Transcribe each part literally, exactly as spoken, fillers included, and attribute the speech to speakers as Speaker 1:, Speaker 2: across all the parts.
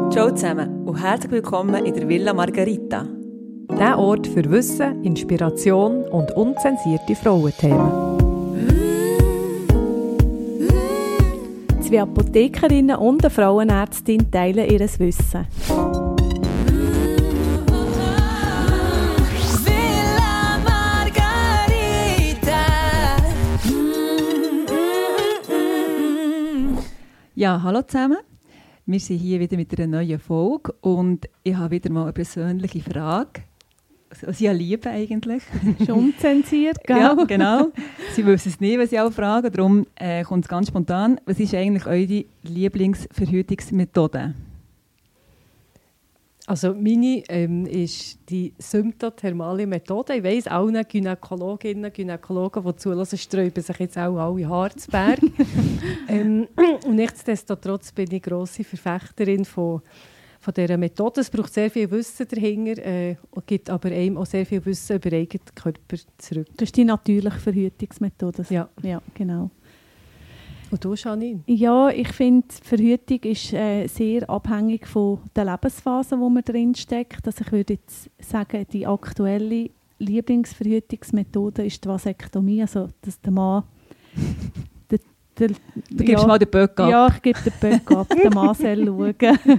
Speaker 1: Ciao zusammen und herzlich willkommen in der Villa Margherita.
Speaker 2: Der Ort für Wissen, Inspiration und unzensierte Frauenthemen.
Speaker 3: Zwei Apothekerinnen und eine Frauenärztin teilen ihr Wissen.
Speaker 1: Villa Margherita. Ja, hallo zusammen. Wir sind hier wieder mit einer neuen Folge und ich habe wieder mal eine persönliche Frage. Was ich liebe eigentlich.
Speaker 3: Ist unzensiert, gell?
Speaker 1: Ja, genau. Sie wissen es nicht, was ich auch frage. Darum äh, kommt es ganz spontan. Was ist eigentlich eure Lieblingsverhütungsmethode?
Speaker 2: Also meine ähm, ist die symptothermale Methode. Ich weiss, alle Gynäkologinnen und Gynäkologen, die zuhören, sträuben sich jetzt auch alle Harzberg. ähm, und nichtsdestotrotz bin ich grosse Verfechterin von, von dieser Methode. Es braucht sehr viel Wissen dahinter äh, und gibt aber einem auch sehr viel Wissen über den eigenen Körper zurück.
Speaker 3: Das ist die natürliche Verhütungsmethode.
Speaker 2: Ja.
Speaker 3: Ja, genau.
Speaker 2: Und du, Janine?
Speaker 3: Ja, ich finde, die Verhütung ist äh, sehr abhängig von der Lebensphase, wo man drin steckt. Also ich würde jetzt sagen, die aktuelle Lieblingsverhütungsmethode ist die Vasektomie, also dass der Mann... Der, der,
Speaker 1: Du gibst
Speaker 3: ja,
Speaker 1: mal den Böck ab.
Speaker 3: Ja, ich gebe den Böck ab, der Mann soll schauen.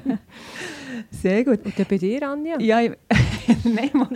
Speaker 1: Sehr gut.
Speaker 2: Und dann bei dir, Anja?
Speaker 1: Ja, ich, Nein, Mann.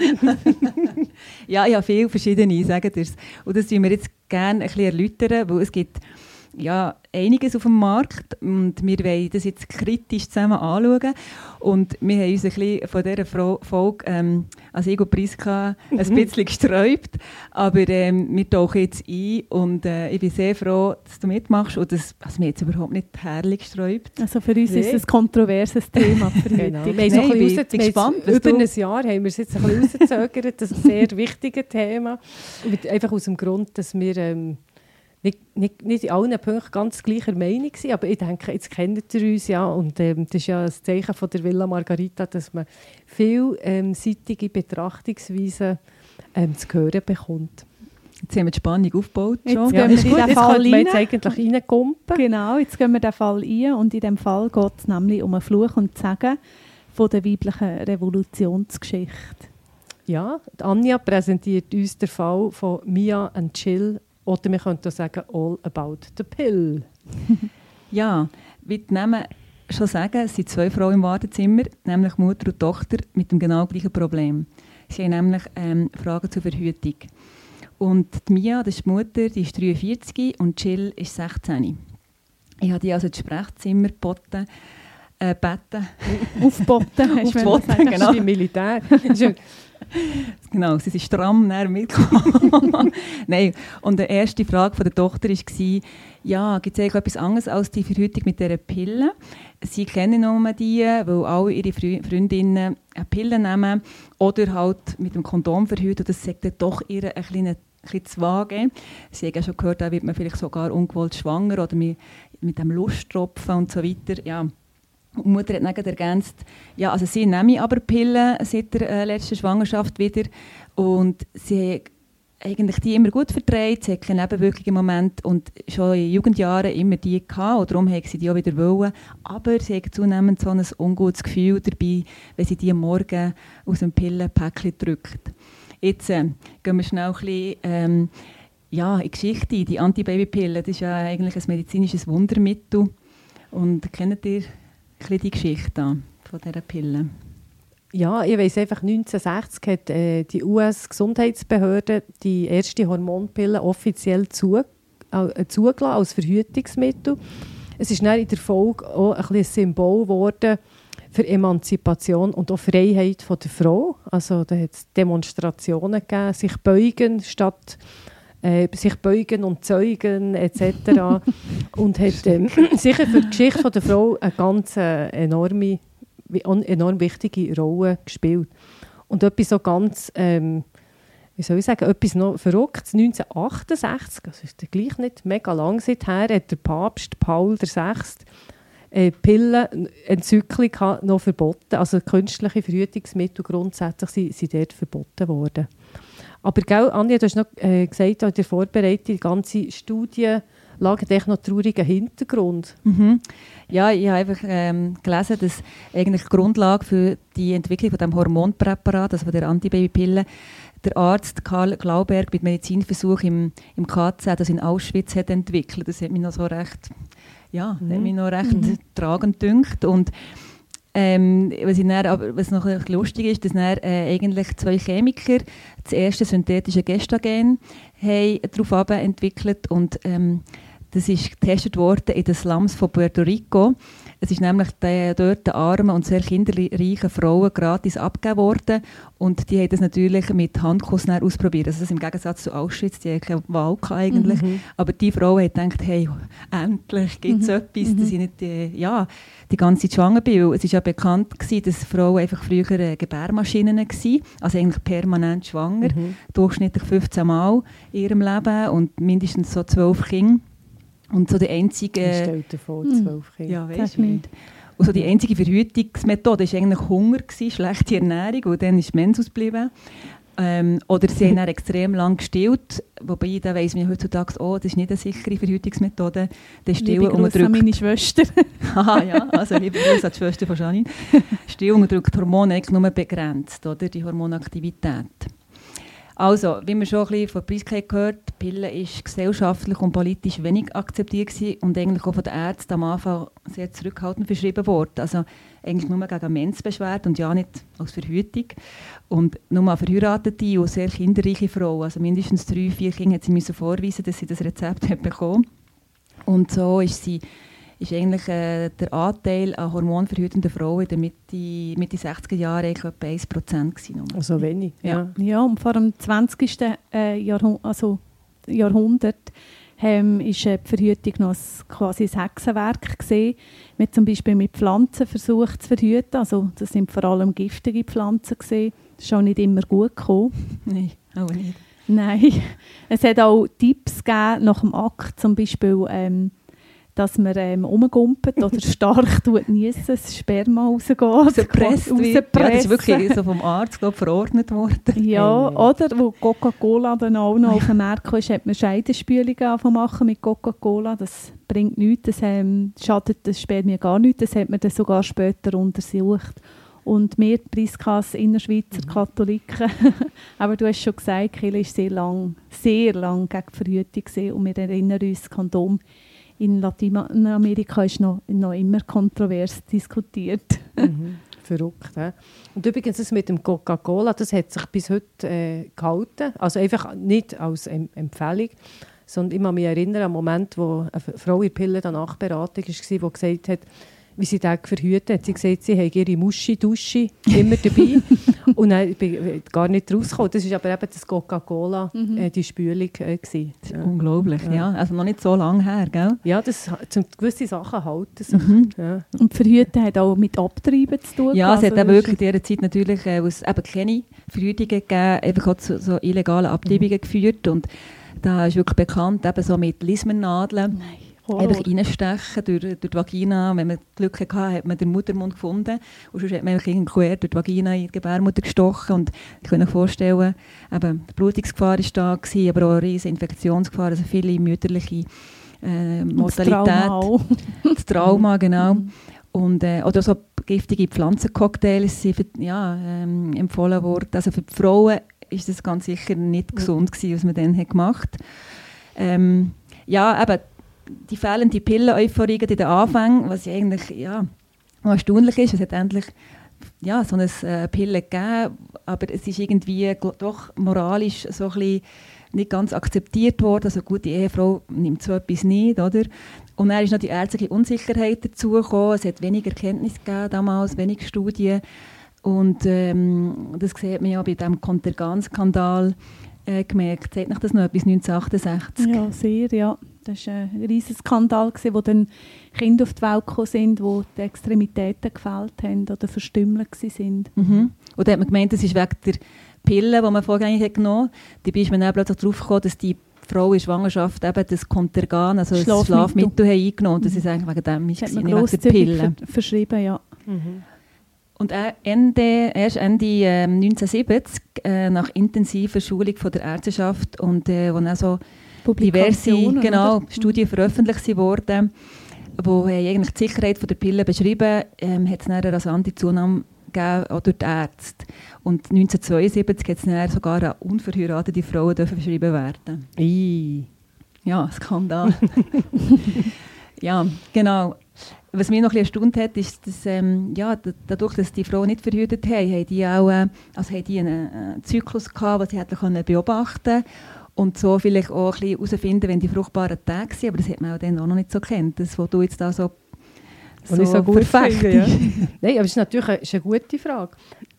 Speaker 1: Ja, ich habe viele verschiedene, ich sage dir's. Und das wollen wir jetzt gerne ein bisschen erläutern, weil es gibt ja, einiges auf dem Markt und wir wollen das jetzt kritisch zusammen anschauen. Und wir haben uns ein bisschen von dieser Folge, ähm, also ich und Priska, ein
Speaker 3: Mhm.
Speaker 1: bisschen gesträubt. Aber ähm, wir tauchen jetzt ein und äh, ich bin sehr froh, dass du mitmachst. Und das, also mir jetzt überhaupt nicht herrlich gesträubt.
Speaker 3: Also für uns
Speaker 2: Nee.
Speaker 3: ist es ein kontroverses Thema.
Speaker 2: Genau. Wir
Speaker 3: Verhütung.
Speaker 2: haben so
Speaker 1: Nein,
Speaker 2: ein bisschen
Speaker 1: ich bin
Speaker 2: raus-
Speaker 1: gespannt, was
Speaker 2: Über
Speaker 1: du-
Speaker 2: ein Jahr haben wir es jetzt ein bisschen rausgezögert. Das ist ein sehr wichtiges Thema. Und einfach aus dem Grund, dass wir ähm, nicht, nicht, nicht in allen Punkten ganz gleicher Meinung sind. Aber ich denke, jetzt kennt ihr uns ja. Und ähm, das ist ja ein Zeichen von der Villa Margherita, dass man vielseitige Betrachtungsweisen ähm, zu hören bekommt.
Speaker 1: Jetzt haben wir die Spannung aufgebaut.
Speaker 3: Jetzt
Speaker 1: Schon.
Speaker 3: gehen
Speaker 2: Ja,
Speaker 3: wir
Speaker 2: ist
Speaker 3: in
Speaker 2: gut,
Speaker 3: den
Speaker 2: jetzt
Speaker 3: Fall
Speaker 2: könnte man
Speaker 3: rein.
Speaker 2: jetzt eigentlich reinkumpen.
Speaker 3: Genau, jetzt gehen wir den Fall ein und in diesem Fall geht es nämlich um einen Fluch und Segen von der weiblichen Revolutionsgeschichte.
Speaker 2: Ja, die Anja präsentiert uns den Fall von Mia and Jill, oder wir könnten auch sagen, All About the Pill.
Speaker 1: Ja, wie die Namen schon sagen, es sind zwei Frauen im Wartezimmer, nämlich Mutter und Tochter mit dem genau gleichen Problem. Sie haben nämlich ähm, Fragen zur Verhütung. Und die Mia, das ist die Mutter, die ist dreiundvierzig und Jill ist sechzehn. Ich habe die also ins Sprechzimmer geboten, äh, gebeten.
Speaker 3: Aufboten, hast du
Speaker 1: Aufboten,
Speaker 3: sagen.
Speaker 2: Das
Speaker 1: genau.
Speaker 2: ist wie Militär.
Speaker 1: Genau, sie sind stramm näher mitgekommen. Nein, und die erste Frage von der Tochter war, ja, gibt es eigentlich etwas anderes als die Verhütung mit dieser Pille? Sie kennen nur die, weil alle ihre Freu- Freundinnen eine Pille nehmen oder halt mit dem Kondom verhüten. Das sagt dann doch ihr ein bisschen, ein bisschen zu vage. Sie haben ja schon gehört, da wird man vielleicht sogar ungewollt schwanger oder mit, mit dem Lusttropfen und so weiter. Ja. Und die Mutter hat dann ergänzt, ja, also sie nehme aber Pillen seit der äh, letzten Schwangerschaft wieder und sie hat eigentlich die immer gut verträgt, sie hat keine Nebenwirkungen im Moment und schon in Jugendjahren immer die gehabt und darum hat sie die auch wieder wollen. Aber sie hat zunehmend so ein ungutes Gefühl dabei, wenn sie die am Morgen aus dem Pillenpäckchen drückt. Jetzt äh, gehen wir schnell ein bisschen ähm, ja, in die Geschichte. Die Antibabypille, das ist ja eigentlich ein medizinisches Wundermittel. Und kennt ihr die Geschichte von dieser Pille?
Speaker 2: Ja, ich weiss einfach, neunzehnhundertsechzig hat äh, die U S-Gesundheitsbehörde die erste Hormonpille offiziell zu, äh, zugelassen als Verhütungsmittel. Es ist dann in der Folge auch ein, ein Symbol geworden für Emanzipation und auch Freiheit von der Frau. Also da hat es Demonstrationen gegeben, sich beugen statt äh, sich beugen und zeugen et cetera. Und hat ähm, sicher für die Geschichte der Frau eine ganz äh, enorme eine enorm wichtige Rolle gespielt. Und etwas so ganz, ähm, wie soll ich sagen, etwas noch Verrücktes, neunzehnhundertachtundsechzig, das ist gleich nicht mega lang seither, hat der Papst Paul der Sechste äh, Pillenenzyklik noch verboten. Also künstliche Verhütungsmittel grundsätzlich sind, sind dort verboten worden. Aber gell, Anja, du hast noch äh, gesagt, in der Vorbereitung, die ganze Studienlage Lage hat echt noch einen traurigen Hintergrund.
Speaker 1: Mhm. Ja, ich habe einfach ähm, gelesen, dass eigentlich die Grundlage für die Entwicklung von dem Hormonpräparat, also von der Antibabypille, der Arzt Karl Glauberg mit Medizinversuch im, im K Z, das in Auschwitz, hat entwickelt. Das hat mich noch so recht, ja, mhm. hat mich noch recht mhm. tragend gedünkt. Und Ähm, was, ich dann, aber was noch lustig ist, dass dann, äh, eigentlich zwei Chemiker das erste synthetische Gestagen haben darauf entwickelt und ähm, das ist getestet worden in den Slums von Puerto Rico. Es ist nämlich de, dort den armen und sehr kinderreichen Frauen gratis abgegeben worden und die haben das natürlich mit Handkuss ausprobiert. Also das im Gegensatz zu Auschwitz, die haben keine Wahl eigentlich. Mhm. Aber die Frauen haben gedacht, hey, endlich gibt es mhm. etwas, dass ich nicht die, ja, die ganze Zeit schwanger bin. Es war ja bekannt gewesen, dass Frauen einfach früher äh, Gebärmaschinen waren, also eigentlich permanent schwanger, mhm. durchschnittlich fünfzehn Mal in ihrem Leben und mindestens so zwölf Kinder. Und so die einzige...
Speaker 2: Stell dir vor, zwölf Kinder.
Speaker 1: Ja, weißt du nicht. Und so die einzige Verhütungsmethode war eigentlich Hunger, gewesen, schlechte Ernährung, und dann ist die Mens ausgeblieben. Ähm, oder sie haben dann extrem lang gestillt, wobei da weiss man heutzutage, oh, das ist nicht eine sichere Verhütungsmethode. Das Stillen unterdrückt...
Speaker 3: an meine Schwester.
Speaker 1: Aha, ja, also liebe Grüße an die Schwester von Janine. Stillen unterdrückt Hormone eigentlich nur begrenzt, oder, die Hormonaktivität. Also, wie wir schon ein bisschen von Priska gehört, die Pille ist gesellschaftlich und politisch wenig akzeptiert gewesen und eigentlich auch von den Ärzten am Anfang sehr zurückhaltend verschrieben worden. Also eigentlich nur gegen Menzbeschwerden und ja nicht als Verhütung. Und nur an verheiratete und sehr kinderreiche Frauen, also mindestens drei, vier Kinder, hat sie müssen vorweisen, dass sie das Rezept hat bekommen. Und so ist sie ist eigentlich äh, der Anteil an hormonverhütenden Frauen in der Mitte, Mitte sechziger Jahre etwa eins Prozent gewesen.
Speaker 2: Also wenig.
Speaker 3: Ja. Ja, und vor dem zwanzigsten Äh, Jahrhundert, also Jahrhundert ähm, ist äh, die Verhütung noch ein, quasi ein Hexenwerk gewesen. Man hat zum Beispiel mit Pflanzen versucht zu verhüten. Also das sind vor allem giftige Pflanzen gewesen. Das ist auch nicht immer gut gekommen.
Speaker 1: Nein, auch nicht.
Speaker 3: Nein. Es hat auch Tipps gegeben nach dem Akt, zum Beispiel ähm, dass man ähm, rumgumpelt oder stark niesen, das Sperma rausgeht.
Speaker 1: Rausgepresst wird. Ja, das ist wirklich so vom Arzt glaub, verordnet worden.
Speaker 3: Ja, äh. oder wo Coca-Cola dann auch noch auf den Markt kam, hat man Scheidenspülungen machen mit Coca-Cola. Das bringt nichts, das ähm, schadet das Spermien gar nichts. Das hat man dann sogar später untersucht. Und wir, Priskas Innerschweizer mhm. Katholiken, aber du hast schon gesagt, Kirche war sehr lang, sehr lang gegen die Verhütung gewesen. Und wir erinnern uns, das Kondom in Lateinamerika ist noch, noch immer kontrovers diskutiert.
Speaker 2: Mhm. Verrückt. He? Und übrigens, das mit dem Coca-Cola, das hat sich bis heute äh, gehalten. Also einfach nicht als em- Empfehlung, sondern ich kann mich erinnern an einen Moment, wo eine Frau in Pille der Nachberatung war, die gesagt hat, wie sie den verhütet hat. Sie gesagt, sie hat ihre Muschi-Dusche immer dabei. Und dann bin ich gar nicht rausgekommen. Das war aber eben das Coca-Cola, mhm. äh, die Spülung. Äh, das ist
Speaker 1: ja. unglaublich, ja. ja. Also noch nicht so lange her, gell?
Speaker 2: Ja, das, zum, gewisse Sachen halten sich.
Speaker 3: Mhm.
Speaker 2: Ja.
Speaker 3: Und Verhüten hat auch mit Abtreiben zu tun.
Speaker 1: Ja,
Speaker 3: also
Speaker 1: es hat eben wirklich in dieser Zeit natürlich äh, es eben keine Verhütungen gegeben, einfach auch zu so illegalen Abtreibungen mhm. geführt. Und da ist wirklich bekannt, eben so mit Lismernadeln. Nein. Einfach reinstechen durch, durch die Vagina. Wenn man Glück hatte, hat man den Muttermund gefunden. Und sonst hat man einfach quer durch die Vagina in die Gebärmutter gestochen. Und ich kann mir vorstellen, eben, die Blutungsgefahr war da, gewesen, aber auch eine riesige Infektionsgefahr, also viele mütterliche äh, Mortalität.
Speaker 3: Das Trauma,
Speaker 1: das Trauma genau. Und, äh, oder so giftige Pflanzencocktails sind ja, ähm, empfohlen worden. Also für die Frauen ist das ganz sicher nicht gesund gewesen, was man dann hat gemacht hat. Ähm, ja, eben, die fehlende Pillen-Euphorie in den Anfängen, was ja eigentlich ja, erstaunlich ist. Es hat endlich ja, so eine äh, Pille gegeben, aber es ist irgendwie doch moralisch so ein bisschen nicht ganz akzeptiert worden. Also gut, die Ehefrau nimmt so etwas nicht, oder? Und dann ist noch die ärztliche Unsicherheit dazugekommen. Es hat weniger Erkenntnis gegeben damals, wenig Studien. Und ähm, das sieht man ja bei diesem Contergan-Skandal äh, gemerkt. Sagt nicht das noch etwas neunzehnhundertachtachtzig?
Speaker 3: Ja, sehr, ja. Das war ein riesiger Skandal, wo dann Kinder auf die Welt gekommen sind, die die Extremitäten gefehlt haben oder verstümmelt waren.
Speaker 1: Mhm. Und da hat man gemeint, das ist wegen der Pille, die man vorgängig genommen hat. Dabei ist man dann plötzlich darauf gekommen, dass die Frau in Schwangerschaft eben das Contergan, also das Schlafmittel, Schlafmittel haben eingenommen hat. Das ist eigentlich wegen dem, ist
Speaker 3: das hat
Speaker 1: nicht
Speaker 3: man
Speaker 1: wegen der Pille.
Speaker 3: Ver- verschrieben, ja.
Speaker 1: Mhm. Und Ende, erst Ende äh, neunzehnhundertsiebzig, äh, nach intensiver Schulung von der Ärzteschaft und äh, wo dann so diverse genau, Studien veröffentlicht wurden, wo eigentlich die Sicherheit der Pille beschrieben, ähm, hat es eine rasante Zunahme gegeben, auch durch die Ärzte. Und neunzehnhundertzweiundsiebzig hat es dann sogar an unverheiratete Frauen dürfen verschrieben werden.
Speaker 2: I.
Speaker 1: Ja, Skandal. Ja, genau. Was mich noch ein bisschen erstaunt hat, ist, dass ähm, ja, dadurch, dass die Frauen nicht verhütet haben, haben die auch äh, also haben die einen äh, Zyklus gehabt, den sie hätten beobachten können. Und so vielleicht auch ein bisschen herausfinden, wenn die fruchtbaren Tage sind. Aber das hat man auch dann auch noch nicht so kennt, das, was du jetzt da so, so,
Speaker 2: so gut
Speaker 1: verfechtest.
Speaker 2: Ja. Nein, aber es ist natürlich eine, ist eine gute Frage.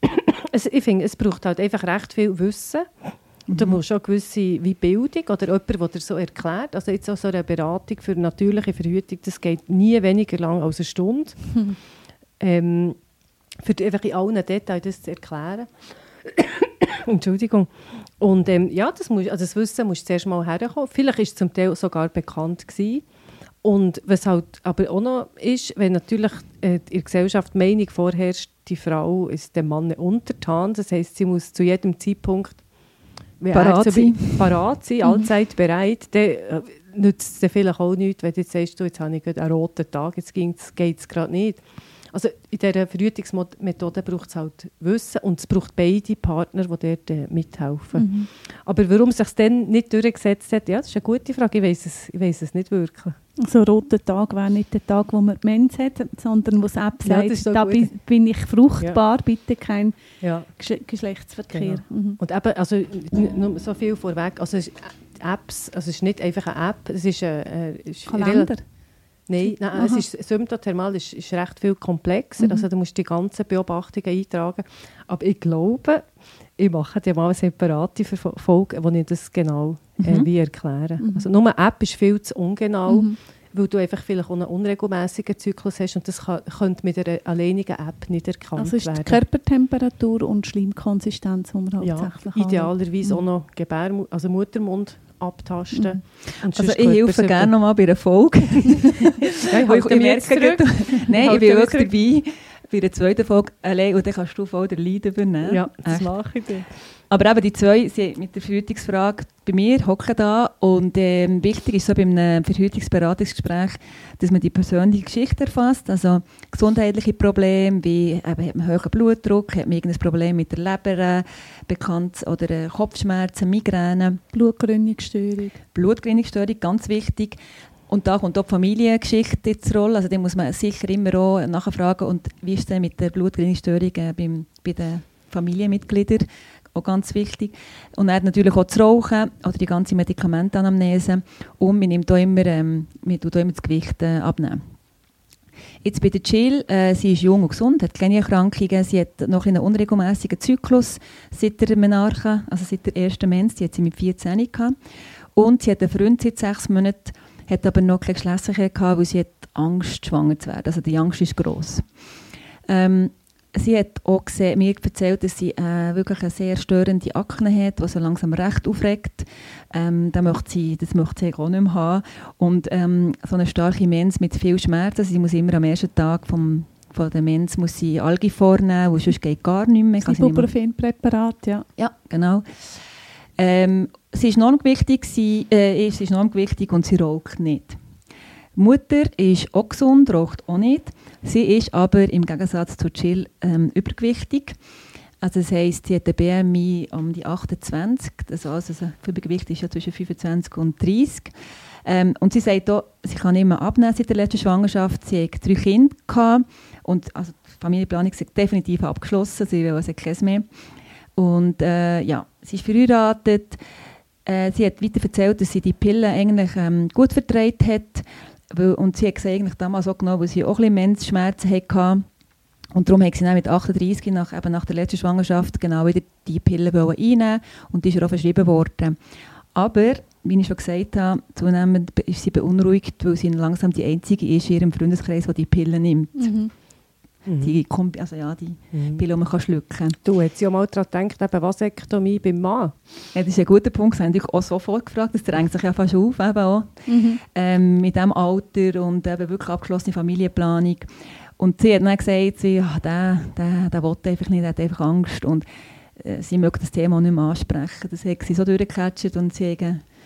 Speaker 2: es, ich finde, es braucht halt einfach recht viel Wissen. Und du musst auch gewisse wie Bildung oder jemand, der dir so erklärt. Also jetzt auch so eine Beratung für natürliche Verhütung, das geht nie weniger lang als eine Stunde. Hm. Ähm, für die, einfach in allen Details das zu erklären. Entschuldigung. Und ähm, ja, das, muss, also das Wissen musst du zuerst mal herkommen. Vielleicht war es zum Teil sogar bekannt gewesen. Und was halt aber auch noch ist, wenn natürlich äh, in der Gesellschaft die Meinung vorherrscht, die Frau ist dem Mann untertan. Das heisst, sie muss zu jedem Zeitpunkt
Speaker 1: parat sein,
Speaker 2: parat sein, allzeit bereit. Dann äh, nützt es dir vielleicht auch nichts, wenn du jetzt sagst, du, jetzt habe ich einen roten Tag, jetzt geht es gerade nicht. Also in dieser Verhütungsmethode braucht es halt Wissen und es braucht beide Partner, die dort äh, mithelfen. Mhm. Aber warum es sich dann nicht durchgesetzt hat, ja, das ist eine gute Frage. Ich weiss es, ich weiss es nicht wirklich.
Speaker 3: So ein roter Tag wäre nicht der Tag, wo man die Mens hat, sondern wo es App sagt, ja, so da bin, bin ich fruchtbar, ja. Bitte kein ja. Gesch- Geschlechtsverkehr.
Speaker 2: Genau. Mhm. Und eben, also nur so viel vorweg, also Apps, also es ist nicht einfach eine App, es ist ein äh,
Speaker 3: Kalender.
Speaker 2: Nein, nein es ist, Symptothermal ist, ist recht viel komplexer. Mhm. Also du musst die ganzen Beobachtungen eintragen. Aber ich glaube, ich mache dir mal eine separate Folge, wo ich das genau äh, mhm. wie erkläre. Mhm. Also nur eine App ist viel zu ungenau, mhm. weil du einfach vielleicht auch einen unregelmäßigen Zyklus hast und das kann, könnte mit einer alleinigen App nicht erkannt
Speaker 3: also ist
Speaker 2: werden.
Speaker 3: Die Körpertemperatur und Schleimkonsistenz, die man
Speaker 2: ja,
Speaker 3: hauptsächlich
Speaker 2: idealerweise
Speaker 3: mhm.
Speaker 2: auch noch Gebär, also Muttermund abtasten.
Speaker 1: Mhm. Also ich helfe gerne noch mal bei einer Folge.
Speaker 2: ja, ich halte mich jetzt zurück.
Speaker 1: Nein, ich bin wirklich dabei bei der zweiten Folge allein und dann kannst du voll den Leid übernehmen.
Speaker 2: Ja, das Echt. mache ich dann.
Speaker 1: Aber eben die zwei sind mit der Verhütungsfrage bei mir, hocken da und ähm, wichtig ist so bei einem Verhütungsberatungsgespräch, dass man die persönliche Geschichte erfasst, also gesundheitliche Probleme, wie eben, hat man hohen Blutdruck, hat man irgendein Problem mit der Leber, äh, bekannt, oder äh, Kopfschmerzen, Migräne.
Speaker 3: Blutgerinnungsstörung.
Speaker 1: Blutgerinnungsstörung, ganz wichtig. Und da kommt auch die Familiengeschichte ins Rolle, also da muss man sicher immer auch nachfragen, und wie ist es denn mit der Blutgerinnungsstörung äh, beim, bei den Familienmitgliedern? Auch ganz wichtig. Und dann natürlich auch das Rauchen oder die ganze Medikamentenanamnese. Und man nimmt auch immer, ähm, man tut auch immer das Gewicht äh, abnehmen. Jetzt bei der Jill, äh, sie ist jung und gesund, hat keine Erkrankungen, sie hat noch einen unregelmäßigen Zyklus seit der Menarche, also seit der ersten Mens, die hat sie mit vierzehn gehabt. Und sie hat einen Freund seit sechs Monaten, hat aber noch keine Geschlechtsverkehr gehabt, weil sie hat Angst, schwanger zu werden. Also die Angst ist gross. Ähm, Sie hat auch gesehen, mir erzählt, dass sie äh, wirklich eine sehr störende Akne hat, die so langsam recht aufregt. Ähm, das möchte sie, das möchte sie auch nicht mehr haben. Und ähm, so eine starke Mens mit viel Schmerz. Also sie muss immer am ersten Tag vom, von der Mens muss sie Algi vornehmen, weil sonst geht gar nicht mehr.
Speaker 3: Ibuprofen-Präparat, ja.
Speaker 1: Ja, genau. Ähm, sie ist normgewichtig, sie, äh, ist, sie ist normgewichtig und sie raucht nicht. Die Mutter ist auch gesund, raucht auch nicht. Sie ist aber im Gegensatz zu Jill ähm, übergewichtig. Also das heisst, sie hat ein B M I um die achtundzwanzig. Das also das Übergewicht ist ja zwischen fünfundzwanzig und dreißig. Ähm, und sie sagt auch, sie kann nicht mehr abnehmen seit der letzten Schwangerschaft. Sie hat drei Kinder gehabt. Und also die Familienplanung ist definitiv abgeschlossen. Sie will also keins mehr. Und äh, ja, sie ist verheiratet. Äh, sie hat weiter erzählt, dass sie die Pille eigentlich ähm, gut verträgt hat. Und sie hat sie eigentlich damals auch genommen, weil sie auch ein bisschen Mensschmerzen hatte. Und darum hat sie dann mit achtunddreißig, nach, eben nach der letzten Schwangerschaft, genau wieder die Pille einnehmen und die ist ihr auch verschrieben worden. Aber, wie ich schon gesagt habe, zunehmend ist sie beunruhigt, weil sie langsam die Einzige ist in ihrem Freundeskreis, die die Pille nimmt. Mhm. Die, also ja, die mhm. Pille, die man schlucken kann.
Speaker 2: Du hättest ja mal daran gedacht, eben Vasektomie beim Mann.
Speaker 1: Ja, das ist ein guter Punkt. Das habe ich auch sofort gefragt. Das drängt sich ja fast auf. Eben auch. Mhm. Ähm, mit diesem Alter und eben wirklich abgeschlossene Familienplanung. Und sie hat dann gesagt, sie, ja, der, der, der will einfach nicht, der hat einfach Angst. Und äh, sie möchte das Thema nicht mehr ansprechen. Das hat sie so durchgecatcht und sie hat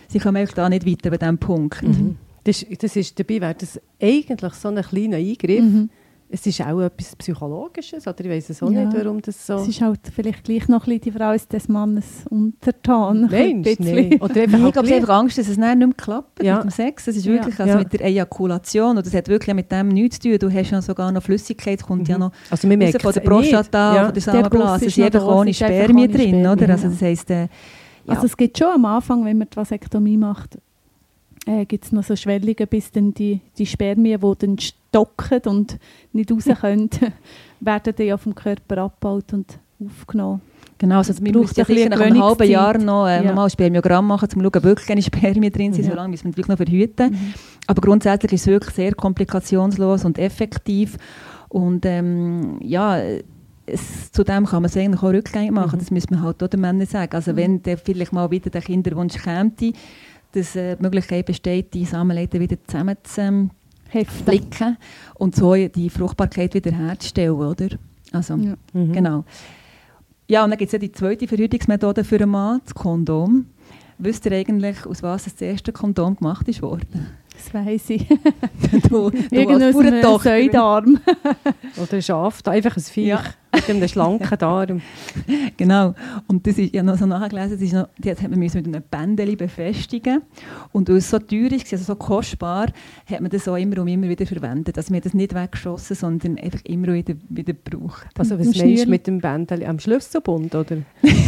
Speaker 1: sie kommen eigentlich da nicht weiter bei diesem Punkt.
Speaker 2: Mhm. Das, das ist, dabei wäre das eigentlich so ein kleiner Eingriff. Mhm. Es ist auch etwas Psychologisches, oder ich weiss es auch ja. nicht, warum das so...
Speaker 3: Es ist halt vielleicht gleich noch ein bisschen die Frau ist des Mannes untertan.
Speaker 2: Nein, nein.
Speaker 1: Oder einfach ich glaube, sie hat einfach Angst, dass es nicht mehr klappt ja. mit dem Sex. Das ist wirklich, ja. also ja. mit der Ejakulation, und das hat wirklich mit dem nichts zu tun. Du hast ja sogar noch Flüssigkeit, kommt mhm. ja noch
Speaker 2: also man
Speaker 1: von der Prostata, ja. von der Samenblase. Es ist einfach ohne Spermien drin, Spermien, oder? Also das heisst, äh, ja.
Speaker 3: Also es gibt schon am Anfang, wenn man die Vasektomie macht, Äh, gibt es noch so Schwellungen, bis dann die, die Spermien, die dann stocken und nicht raus können, werden dann ja vom Körper abgebaut und aufgenommen.
Speaker 1: Genau, also man braucht sicher nach einem halben Jahr noch äh, ja. nochmal ein Spermiogramm machen, um zu schauen, ob wirklich keine Spermien drin sind. Mhm. So lange müssen wir wirklich noch verhüten. Mhm. Aber grundsätzlich ist es wirklich sehr komplikationslos und effektiv. Und ähm, ja, es, zudem kann man es eigentlich auch rückgängig machen. Mhm. Das müssen wir halt auch den Männern sagen. Also mhm. wenn der vielleicht mal wieder der Kinderwunsch käme, dass äh, die Möglichkeit besteht, die Samenleiter wieder zusammen zu flicken und so die Fruchtbarkeit wieder herzustellen, oder? Also, ja. Mhm. genau. Ja, und dann gibt es ja die zweite Verhütungsmethode für einen Mann, das Kondom. Wisst ihr eigentlich, aus was das erste Kondom gemacht ist worden?
Speaker 3: Das weiss ich.
Speaker 1: du, du
Speaker 3: Irgendwas aus einem Säudarm.
Speaker 2: Oder ein Schaf, einfach ein Viech ja. mit einem schlanken Darm.
Speaker 1: Genau. Und das ist ja noch so nachgelesen, das ist noch, das hat man mit einem Bändeli befestigen. Und weil es so teuer ist, also so kostbar, hat man das auch immer und immer wieder verwendet. Also man hat das nicht weggeschossen, sondern einfach immer wieder, wieder gebraucht.
Speaker 2: Also was meinst du mit dem Bändeli? Am Schlüsselbund, oder?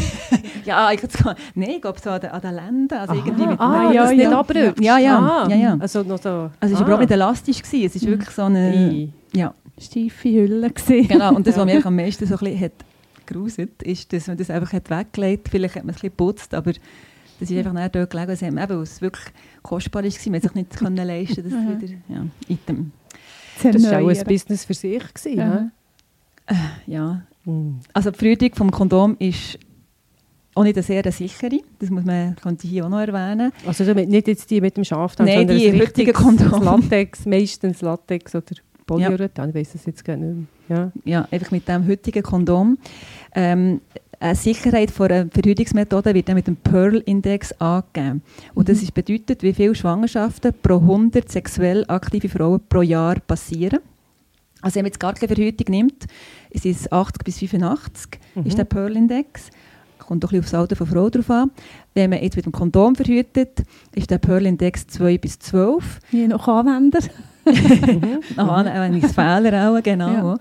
Speaker 1: ja, ich kann nein, ich glaube so an den, an den Lenden. Also irgendwie mit
Speaker 2: ah, ja, nicht abrutscht.
Speaker 1: Ja, ja.
Speaker 2: Ah,
Speaker 1: ja, ja.
Speaker 2: Also, noch so.
Speaker 1: also es war ah. überhaupt nicht elastisch gewesen. Es ist mhm. wirklich so eine ja.
Speaker 3: steife Hülle gewesen.
Speaker 1: Genau, und das, was mich am meisten so ein bisschen hat geruset, ist, dass man das einfach hat weggelegt hat. Vielleicht hat man es ein bisschen geputzt, aber das ist einfach nicht dort gelegen, es eben, weil es wirklich kostbar war. Man hat sich nicht können leisten, das mhm. wieder ja, Item.
Speaker 2: Das war auch ein Business für sich gewesen,
Speaker 1: ja. Äh, ja. Mhm. Also die Verhütung vom Kondom ist auch nicht eine sehr sichere, das muss man, könnte ich hier auch noch erwähnen.
Speaker 2: Also nicht jetzt die mit dem Schafdarm,
Speaker 1: Nein,
Speaker 2: sondern
Speaker 1: die heutigen Kondom.
Speaker 2: Latex, meistens Latex oder Polyurethan, ja. Ich weiss es jetzt gar nicht mehr. Ja.
Speaker 1: ja, einfach mit dem heutigen Kondom. Ähm, eine Sicherheit von einer Verhütungsmethode wird dann mit dem Pearl-Index angegeben. Und das ist bedeutet, wie viele Schwangerschaften pro hundert sexuell aktive Frauen pro Jahr passieren. Also wenn man jetzt gar keine Verhütung nimmt, ist es achtzig bis fünfundachtzig, mhm. ist der Pearl-Index. Kommt doch ein bisschen aufs Alter der Frau drauf an. Wenn man jetzt mit dem Kondom verhütet, ist der Pearl-Index zwei bis zwölf.
Speaker 3: Je nach Anwender.
Speaker 1: Nach Anwendungsfehler auch, genau. Ja.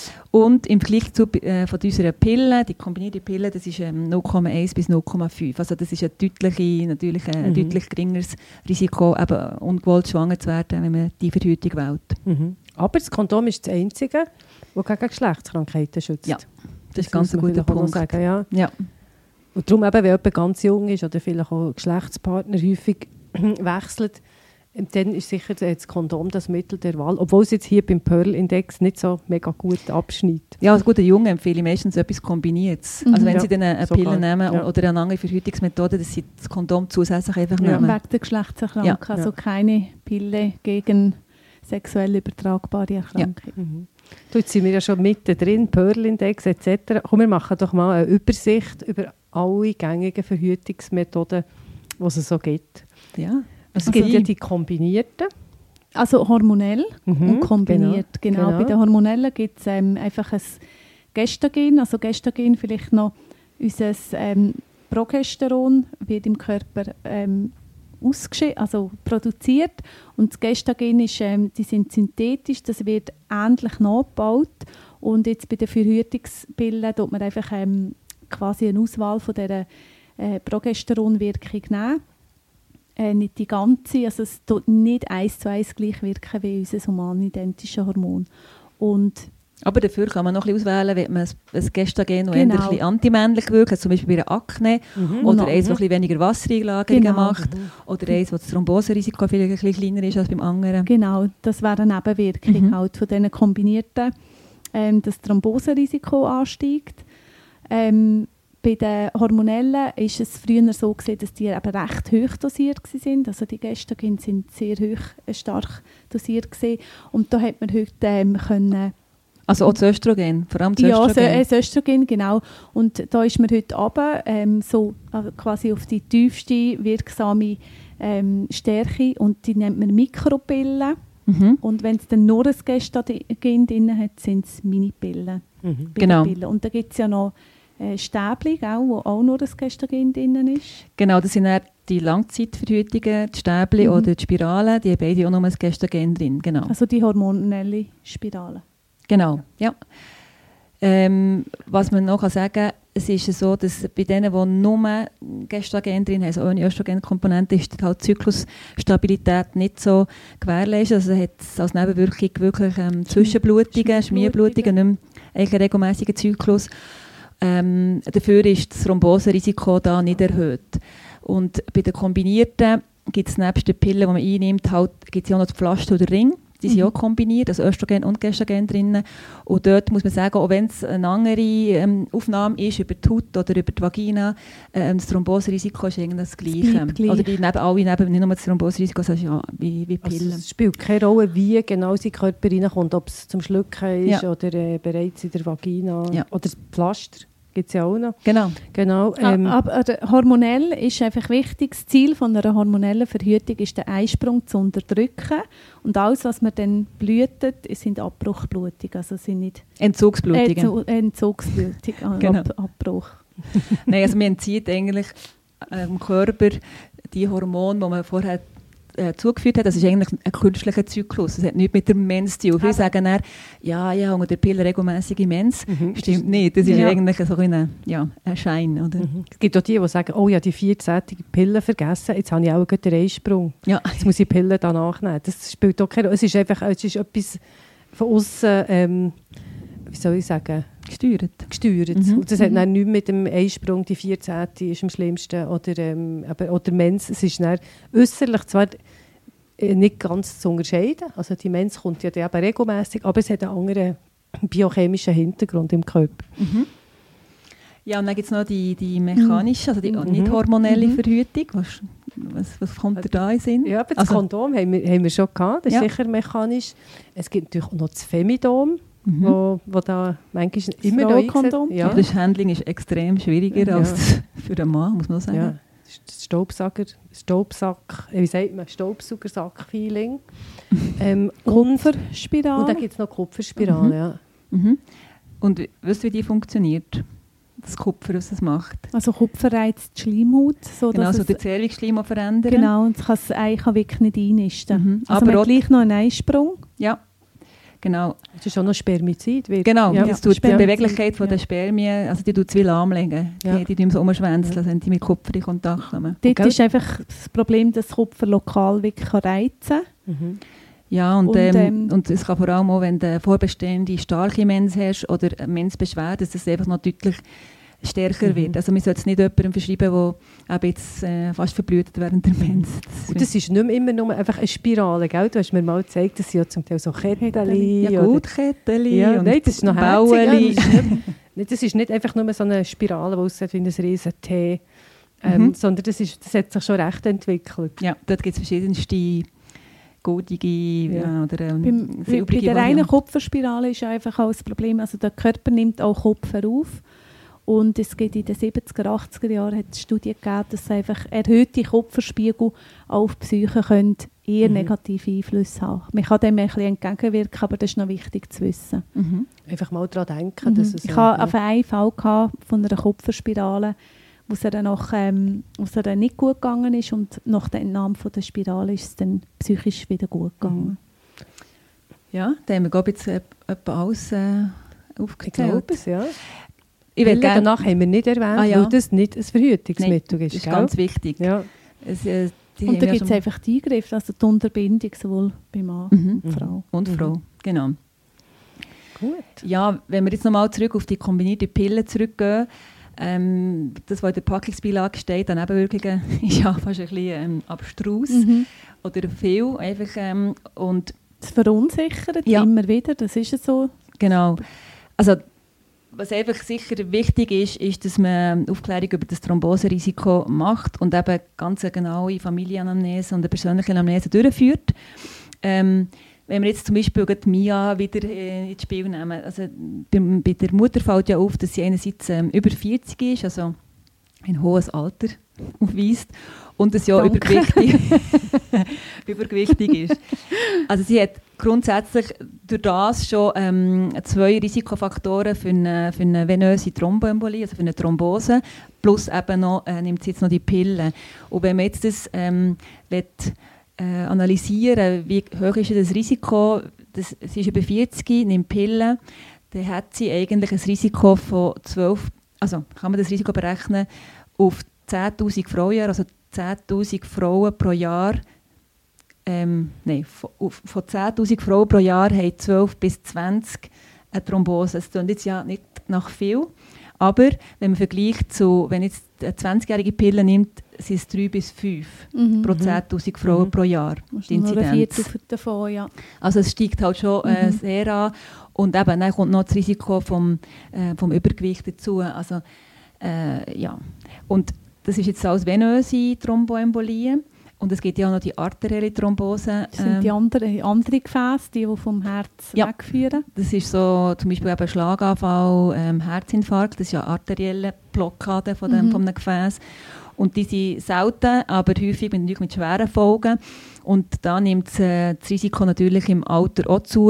Speaker 1: Und im Vergleich zu äh, von unserer Pille, die kombinierte Pille, das ist ähm, null Komma eins bis null Komma fünf. Also das ist ein deutlich, natürlich ein mhm. deutlich geringeres Risiko, eben ungewollt schwanger zu werden, wenn man die Verhütung wählt.
Speaker 2: Mhm. Aber das Kondom ist das Einzige, das gegen Geschlechtskrankheiten schützt.
Speaker 1: Ja, das, das ist ganz ein guter Punkt.
Speaker 2: Sagen, ja.
Speaker 1: Ja.
Speaker 2: Und darum, eben, wenn jemand ganz jung ist oder vielleicht auch Geschlechtspartner häufig wechselt, dann ist sicher das Kondom das Mittel der Wahl. Obwohl es jetzt hier beim Pearl-Index nicht so mega gut abschneidet.
Speaker 1: Ja, als guter Junge empfehle ich meistens etwas Kombiniertes. Mhm. Also wenn ja, sie dann eine Pille sogar. nehmen ja. oder eine andere Verhütungsmethode, dass sie das Kondom zusätzlich einfach
Speaker 3: ja.
Speaker 1: nehmen.
Speaker 3: Wegen der Geschlechtserkrankung. Ja. Also keine Pille gegen sexuell übertragbare Erkrankungen. Ja.
Speaker 2: Mhm. Du, jetzt sind wir ja schon mittendrin, Pearl-Index et cetera. Komm, wir machen doch mal eine Übersicht über alle gängigen Verhütungsmethoden, die es so gibt.
Speaker 1: Ja.
Speaker 2: Es gibt ja die kombinierten.
Speaker 3: Also hormonell mhm, und kombiniert. Genau. Genau. Genau. Bei den hormonellen gibt es ähm, einfach ein Gestagen. Also Gestagen vielleicht noch unser ähm, Progesteron wird im Körper ähm, ausgeschieden, also produziert. Und das Gestagen ist, ähm, die sind synthetisch, das wird ähnlich nachgebaut. Und jetzt bei den Verhütungspillen tut man einfach ähm, quasi eine Auswahl von dieser äh, Progesteronwirkung nehmen. Äh, nicht die ganze, also es tut nicht eins zu eins gleich wirken wie unser humanidentischen Hormon. Und
Speaker 1: aber dafür kann man noch ein bisschen auswählen, wenn man ein Gestagen, das
Speaker 3: genau.
Speaker 1: ein bisschen antimännlich wirkt, zum Beispiel bei einer Akne, mhm. oder eins, das ein bisschen weniger Wassereinlagerungen genau. macht, mhm. oder eins, wo das Thromboserisiko vielleicht ein bisschen kleiner ist als beim anderen.
Speaker 3: Genau, das wäre eine Nebenwirkung mhm. halt von diesen kombinierten, ähm, das Thromboserisiko ansteigt. Ähm, Bei den Hormonellen war es früher so gewesen, dass die eben recht hoch dosiert waren. Also die Gestagen sind sehr hoch, äh, stark dosiert gewesen. Und da hat man heute ähm, können...
Speaker 1: Also auch das Östrogen, vor allem das
Speaker 3: ja,
Speaker 1: Östrogen.
Speaker 3: Ja, das Östrogen, genau. Und da ist man heute runter, ähm, so äh, quasi auf die tiefste wirksame ähm, Stärke und die nennt man Mikropillen.
Speaker 1: Mhm.
Speaker 3: Und wenn es dann nur ein Gestagen drin hat, sind es Minipillen.
Speaker 2: Mhm.
Speaker 1: Genau.
Speaker 3: Und da gibt es ja noch äh, Stäbchen, wo auch nur ein Gestagen drin ist.
Speaker 1: Genau, das sind dann die Langzeitverhütungen, die Stäbchen
Speaker 3: Mhm.
Speaker 1: oder die Spiralen, die haben beide auch noch ein Gestagen drin. Genau.
Speaker 3: Also die hormonelle Spirale.
Speaker 1: Genau, ja. Ähm, was man noch sagen kann, es ist so, dass bei denen, die nur Gestagen drin haben, also ohne Östrogenkomponente, ist halt die Zyklusstabilität nicht so gewährleistet. Also hat es als Nebenwirkung wirklich ähm, Zwischenblutungen, Schmierblutungen, nicht mehr einen regelmäßigen Zyklus. Ähm, dafür ist das Thromboserisiko da nicht erhöht. Und bei den kombinierten gibt es nebst den Pillen, die man einnimmt, halt, gibt es ja auch noch die Pflaster oder Ring. Die sind mhm. auch kombiniert, also Östrogen und Gestagen drin. Und dort muss man sagen, auch wenn es eine andere ähm, Aufnahme ist, über die Haut oder über die Vagina, ähm, das Thromboserisiko ist eigentlich das Gleiche.
Speaker 3: gleich.
Speaker 1: Oder die neben, alle neben, nicht nur das Thromboserisiko, sondern ja, wie, wie Pillen.
Speaker 2: Also es spielt keine Rolle, wie genau in den Körper reinkommt, ob es zum Schlucken ist
Speaker 1: Ja.
Speaker 2: oder äh, bereits in der Vagina
Speaker 1: Ja.
Speaker 2: oder das Pflaster. Gibt es ja auch noch.
Speaker 1: Genau.
Speaker 2: Genau, ähm,
Speaker 3: Aber aber hormonell ist einfach wichtig, das Ziel von einer hormonellen Verhütung ist, den Eisprung zu unterdrücken. Und alles, was man dann blühtet, sind Abbruchblutungen. Also sind nicht
Speaker 1: Entzugsblutungen.
Speaker 3: Entzu- Entzugsblutung, also
Speaker 1: Genau.
Speaker 3: Ab- Abbruch.
Speaker 1: Nein, also man entzieht eigentlich äh, im Körper die Hormone, die man vorher äh, zugeführt hat. Das ist eigentlich ein künstlicher Zyklus. Das hat nichts mit dem Mens zu tun. Viele sagen dann, ja, ja, unter der Pille regelmäßige Mens.
Speaker 2: Mhm.
Speaker 1: Stimmt nicht. Das ist
Speaker 3: Ja.
Speaker 1: eigentlich so ein, ja, ein Schein. Oder?
Speaker 2: mhm. Es gibt auch die, die sagen, oh ja, die vierzehnige Pille vergessen, jetzt habe ich auch gerade den Eisprung.
Speaker 1: Ja.
Speaker 2: Jetzt muss ich die Pille danach nehmen. Das spielt auch keine Rolle. Es ist einfach es ist etwas von außen, ähm, wie soll ich sagen,
Speaker 1: Gesteuert.
Speaker 2: gesteuert.
Speaker 1: Mhm.
Speaker 2: Und das hat
Speaker 3: Mhm.
Speaker 2: dann nichts mit dem Eisprung, die vierzehnte ist am schlimmsten, oder, ähm, aber, oder Mens. Es ist dann äußerlich zwar äh, nicht ganz zu unterscheiden, also die Mens kommt ja dann eben regelmässig, aber es hat einen anderen biochemischen Hintergrund im Körper.
Speaker 1: Mhm. Ja, und dann gibt es noch die, die mechanische, also die
Speaker 2: Mhm.
Speaker 1: nicht hormonelle
Speaker 2: Mhm.
Speaker 1: Verhütung. Was, was, was kommt da da in den Sinn?
Speaker 2: Ja, aber das
Speaker 1: Also-
Speaker 2: Kondom haben wir, haben wir schon gehabt, das ist
Speaker 1: Ja.
Speaker 2: sicher mechanisch. Es gibt natürlich auch noch das Femidom,
Speaker 1: Mhm.
Speaker 2: wo, wo da manchmal immer noch
Speaker 3: Frauenkondom?
Speaker 2: eingesetzt- ja.
Speaker 1: Aber das Handling ist extrem schwieriger
Speaker 2: Ja.
Speaker 1: als für einen Mann, muss man sagen.
Speaker 2: Ja, das ist das Staubsauger, Staubsack, äh, wie sagt man, Staubsaugersack-Feeling. ähm, und,
Speaker 3: Kupferspirale.
Speaker 2: und dann gibt es noch Kupferspirale,
Speaker 1: Mhm.
Speaker 2: ja.
Speaker 1: Mhm. Und wie- weißt du, wie die funktioniert? Das Kupfer, was es macht?
Speaker 3: Also Kupfer reizt die Schleimhaut, so
Speaker 1: Genau,
Speaker 3: dass
Speaker 1: so
Speaker 3: es,
Speaker 1: den Zervixschleim auch verändern.
Speaker 3: genau, und es kann das Ei kann wirklich nicht einnisten.
Speaker 1: Mhm.
Speaker 3: Also
Speaker 1: Aber
Speaker 3: man
Speaker 1: auch-
Speaker 3: hat gleich noch einen Eisprung.
Speaker 1: Ja, genau.
Speaker 2: Das ist auch noch Spermizid. Wird.
Speaker 1: Genau,
Speaker 2: ja.
Speaker 1: das tut die
Speaker 3: Spermizid,
Speaker 1: Beweglichkeit von
Speaker 3: ja.
Speaker 1: der Spermien, also die tut es wie lahmlegen.
Speaker 2: Ja.
Speaker 1: Die, die tun so umschwänzeln, wenn die mit Kupfer in Kontakt kommen.
Speaker 3: Dort
Speaker 2: gell?
Speaker 3: ist einfach das Problem, dass Kupfer lokal wirklich kann reizen kann.
Speaker 2: Mhm.
Speaker 1: Ja, und,
Speaker 3: Und,
Speaker 1: ähm,
Speaker 3: ähm,
Speaker 1: und es kann vor allem auch, wenn du vorbestehende starke Mens hast oder eine Mensbeschwerde, dass es einfach noch deutlich stärker
Speaker 2: Mhm.
Speaker 1: wird. Also man sollte es nicht jemandem verschreiben, der eben jetzt äh, fast verblüht während der Mens. Das
Speaker 2: Und das ist nicht mehr immer nur einfach eine Spirale, gell? Du hast mir mal gezeigt, dass sie ja zum Teil so Kettchen
Speaker 1: ja gut, Ketteli
Speaker 2: Ja,
Speaker 1: und
Speaker 2: nein, das ist noch
Speaker 1: Baueli.
Speaker 2: herzig. Ja, das, ist nicht, nicht- das ist nicht einfach nur so eine Spirale, die aussieht wie ein riesen T, ähm,
Speaker 1: Mhm.
Speaker 2: sondern das, ist, das hat sich schon recht entwickelt.
Speaker 1: Ja, dort gibt es verschiedenste goldige ja. oder ähm,
Speaker 3: Beim, bei
Speaker 1: silbrige
Speaker 3: der reinen
Speaker 1: Varianten.
Speaker 3: Kupferspirale ist ja einfach auch das Problem, also der Körper nimmt auch Kupfer auf. Und es gibt in den siebziger, achtziger Jahren hat es Studien gegeben, dass einfach erhöhte Kupferspiegel auf die Psyche können eher
Speaker 2: Mhm.
Speaker 3: negative Einflüsse haben. Man kann dem ein bisschen entgegenwirken, aber das ist noch wichtig zu wissen.
Speaker 1: Mhm.
Speaker 2: Einfach mal daran denken, dass
Speaker 3: Mhm.
Speaker 2: es...
Speaker 3: Ich
Speaker 2: äh,
Speaker 3: hatte auf einen Fall gehabt von einer Kupferspirale, wo es ihr dann nach, ähm, wo es ihr dann nicht gut gegangen ist und nach der Entnahme von der Spirale ist es dann psychisch wieder gut gegangen.
Speaker 1: Ja, da haben wir glaube ich jetzt äh, etwa alles äh,
Speaker 2: ich
Speaker 1: aufgezählt.
Speaker 2: glaube es, ja.
Speaker 1: Ich
Speaker 2: Pille
Speaker 1: würde gerne...
Speaker 2: danach haben wir nicht erwähnt,
Speaker 1: Ah, ja.
Speaker 2: weil das nicht ein Verhütungsmittel
Speaker 1: Nein,
Speaker 2: ist,
Speaker 1: das ist
Speaker 2: gell?
Speaker 1: ganz wichtig.
Speaker 2: Ja.
Speaker 1: Es, äh, die
Speaker 3: Und
Speaker 1: haben
Speaker 3: da
Speaker 1: ja
Speaker 3: gibt es
Speaker 1: schon-
Speaker 3: einfach die Eingriffe, also die Unterbindung sowohl bei Mann
Speaker 1: Mhm.
Speaker 3: und Frau.
Speaker 1: Und
Speaker 2: Mhm.
Speaker 1: Frau, genau.
Speaker 2: Gut.
Speaker 1: Ja, wenn wir jetzt nochmal zurück auf die kombinierte Pille zurückgehen, ähm, das, was in der Packungsbeilage steht, an Nebenwirkungen, ist ja fast ein bisschen ähm, abstrus
Speaker 3: Mhm.
Speaker 1: oder viel. Einfach, ähm, und
Speaker 3: Das verunsichert
Speaker 1: Ja.
Speaker 3: immer wieder, das ist ja so.
Speaker 1: genau, also was einfach sicher wichtig ist, ist, dass man Aufklärung über das Thromboserisiko macht und eben ganz eine genaue Familienanamnese und eine persönliche Anamnese durchführt. Ähm, wenn wir jetzt zum Beispiel die Mia wieder äh, ins Spiel nehmen, also bei, bei der Mutter fällt ja auf, dass sie einerseits ähm, über vierzig ist, also ein hohes Alter aufweist und das ja übergewichtig, übergewichtig ist. Also sie hat grundsätzlich durch das schon ähm, zwei Risikofaktoren für eine, für eine venöse Thromboembolie, also für eine Thrombose, plus eben noch, äh, nimmt sie jetzt noch die Pille. Und wenn man jetzt das ähm, will, äh, analysieren, wie hoch ist das Risiko, das, sie ist über vierzig, nimmt Pillen, dann hat sie eigentlich ein Risiko von zwölf, also kann man das Risiko berechnen auf zehntausend Frauen, also zehntausend Frauen pro Jahr. Ähm, nein, von, von zehntausend Frauen pro Jahr haben zwölf bis zwanzig eine Thrombose. Das klingt jetzt ja nicht nach viel, aber wenn man vergleicht zu, wenn jetzt eine zwanzigjährige Pille nimmt, sind es drei bis fünf mhm. pro zehntausend Frauen mhm. pro Jahr. Die Inzidenz.
Speaker 3: Davon, ja. Also
Speaker 1: es steigt halt schon äh, mhm. sehr an. Und eben, dann kommt noch das Risiko vom, äh, vom Übergewicht dazu. Also, äh, ja. Und das ist jetzt alles venöse Thromboembolie. Und es gibt ja auch noch die arterielle Thrombose.
Speaker 3: Das sind ähm, die anderen andere Gefäße, die, die vom Herz ja, wegführen?
Speaker 1: Das ist so zum Beispiel eben Schlaganfall, ähm, Herzinfarkt. Das ist ja arterielle Blockade von, dem, mhm. von einem Gefäß. Und die sind selten, aber häufig mit, mit schweren Folgen. Und da nimmt äh, das Risiko natürlich im Alter auch zu.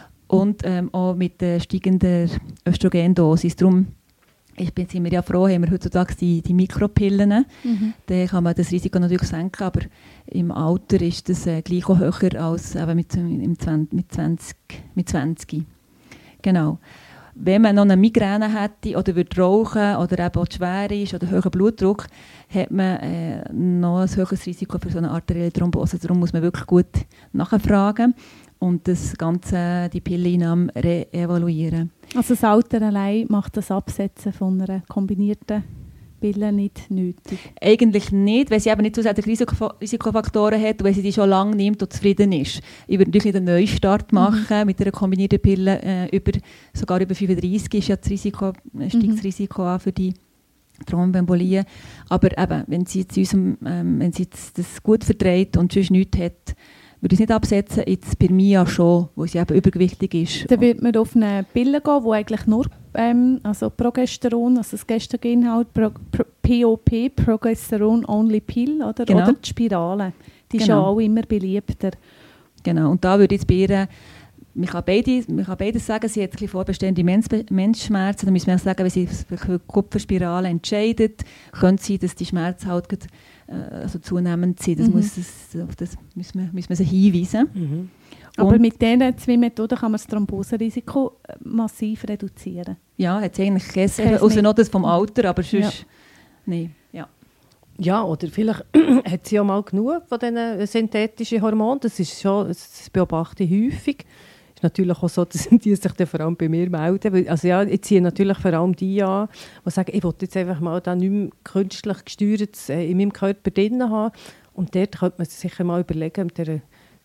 Speaker 1: Und ähm, auch mit der steigenden Östrogendosis. Darum ich bin, sind wir ja froh, haben wir heutzutage die, die Mikropillen. Mhm. Dann kann man das Risiko natürlich senken, aber im Alter ist das äh, gleich auch höher als eben mit, im zwanzig, mit, zwanzig, mit zwanzig. Genau. Wenn man noch eine Migräne hätte oder würde rauchen oder eben auch schwer ist oder hohen Blutdruck, hat man äh, noch ein höheres Risiko für so eine arterielle Thrombose. Darum muss man wirklich gut nachfragen und das Ganze, die Pilleneinnahme re-evaluieren.
Speaker 3: Also das Alter allein macht das Absetzen von einer kombinierten Pille nicht nötig?
Speaker 1: Eigentlich nicht, weil sie eben nicht zusätzliche Risiko- Risikofaktoren hat und weil sie die schon lange nimmt und zufrieden ist. Ich würde natürlich einen Neustart machen mhm. mit einer kombinierten Pille. Äh, über, sogar über fünfunddreissig ist ja das Risiko, steigt mhm. das Risiko an für die Thromboembolien. Aber eben, wenn sie, zu unserem, ähm, wenn sie das gut verträgt und sonst nichts hat, würde ich es nicht absetzen, jetzt bei mir schon, wo sie eben übergewichtig ist.
Speaker 3: Dann wird man auf eine Pille gehen, die eigentlich nur ähm, also Progesteron, also das Gestageninhalt, Pro, Pro, P O P, Progesterone Only Pill, oder, genau. oder die Spirale. Die genau. ist ja auch immer beliebter.
Speaker 1: Genau, und da würde ich jetzt bei ihr, man kann beides, man kann beides sagen, sie hat ein bisschen vorbestehende Menzschmerzen, dann müssen wir auch sagen, wenn sie für die Kupferspirale entscheidet, könnte sein, dass die Schmerzen halt grad, äh, also zunehmend sind. Das, mhm. muss, das, auf das müssen wir, müssen wir sie hinweisen. Mhm.
Speaker 3: Aber mit diesen zwei Methoden kann man das Thromboserisiko massiv reduzieren.
Speaker 1: Ja, hat sie eigentlich gegessen, außer noch das vom Alter, aber sonst ja. Nein. Ja.
Speaker 2: Ja, oder vielleicht hat sie ja mal genug von diesen synthetischen Hormonen. Das ist schon, das beobachte ich häufig. Es ist natürlich auch so, dass die sich dann vor allem bei mir melden. Also ja, ich ziehe natürlich vor allem die an, die sagen, ich will jetzt einfach mal da nicht mehr künstlich gesteuertes in meinem Körper drin haben. Und dort könnte man sich sicher mal überlegen, mit dieser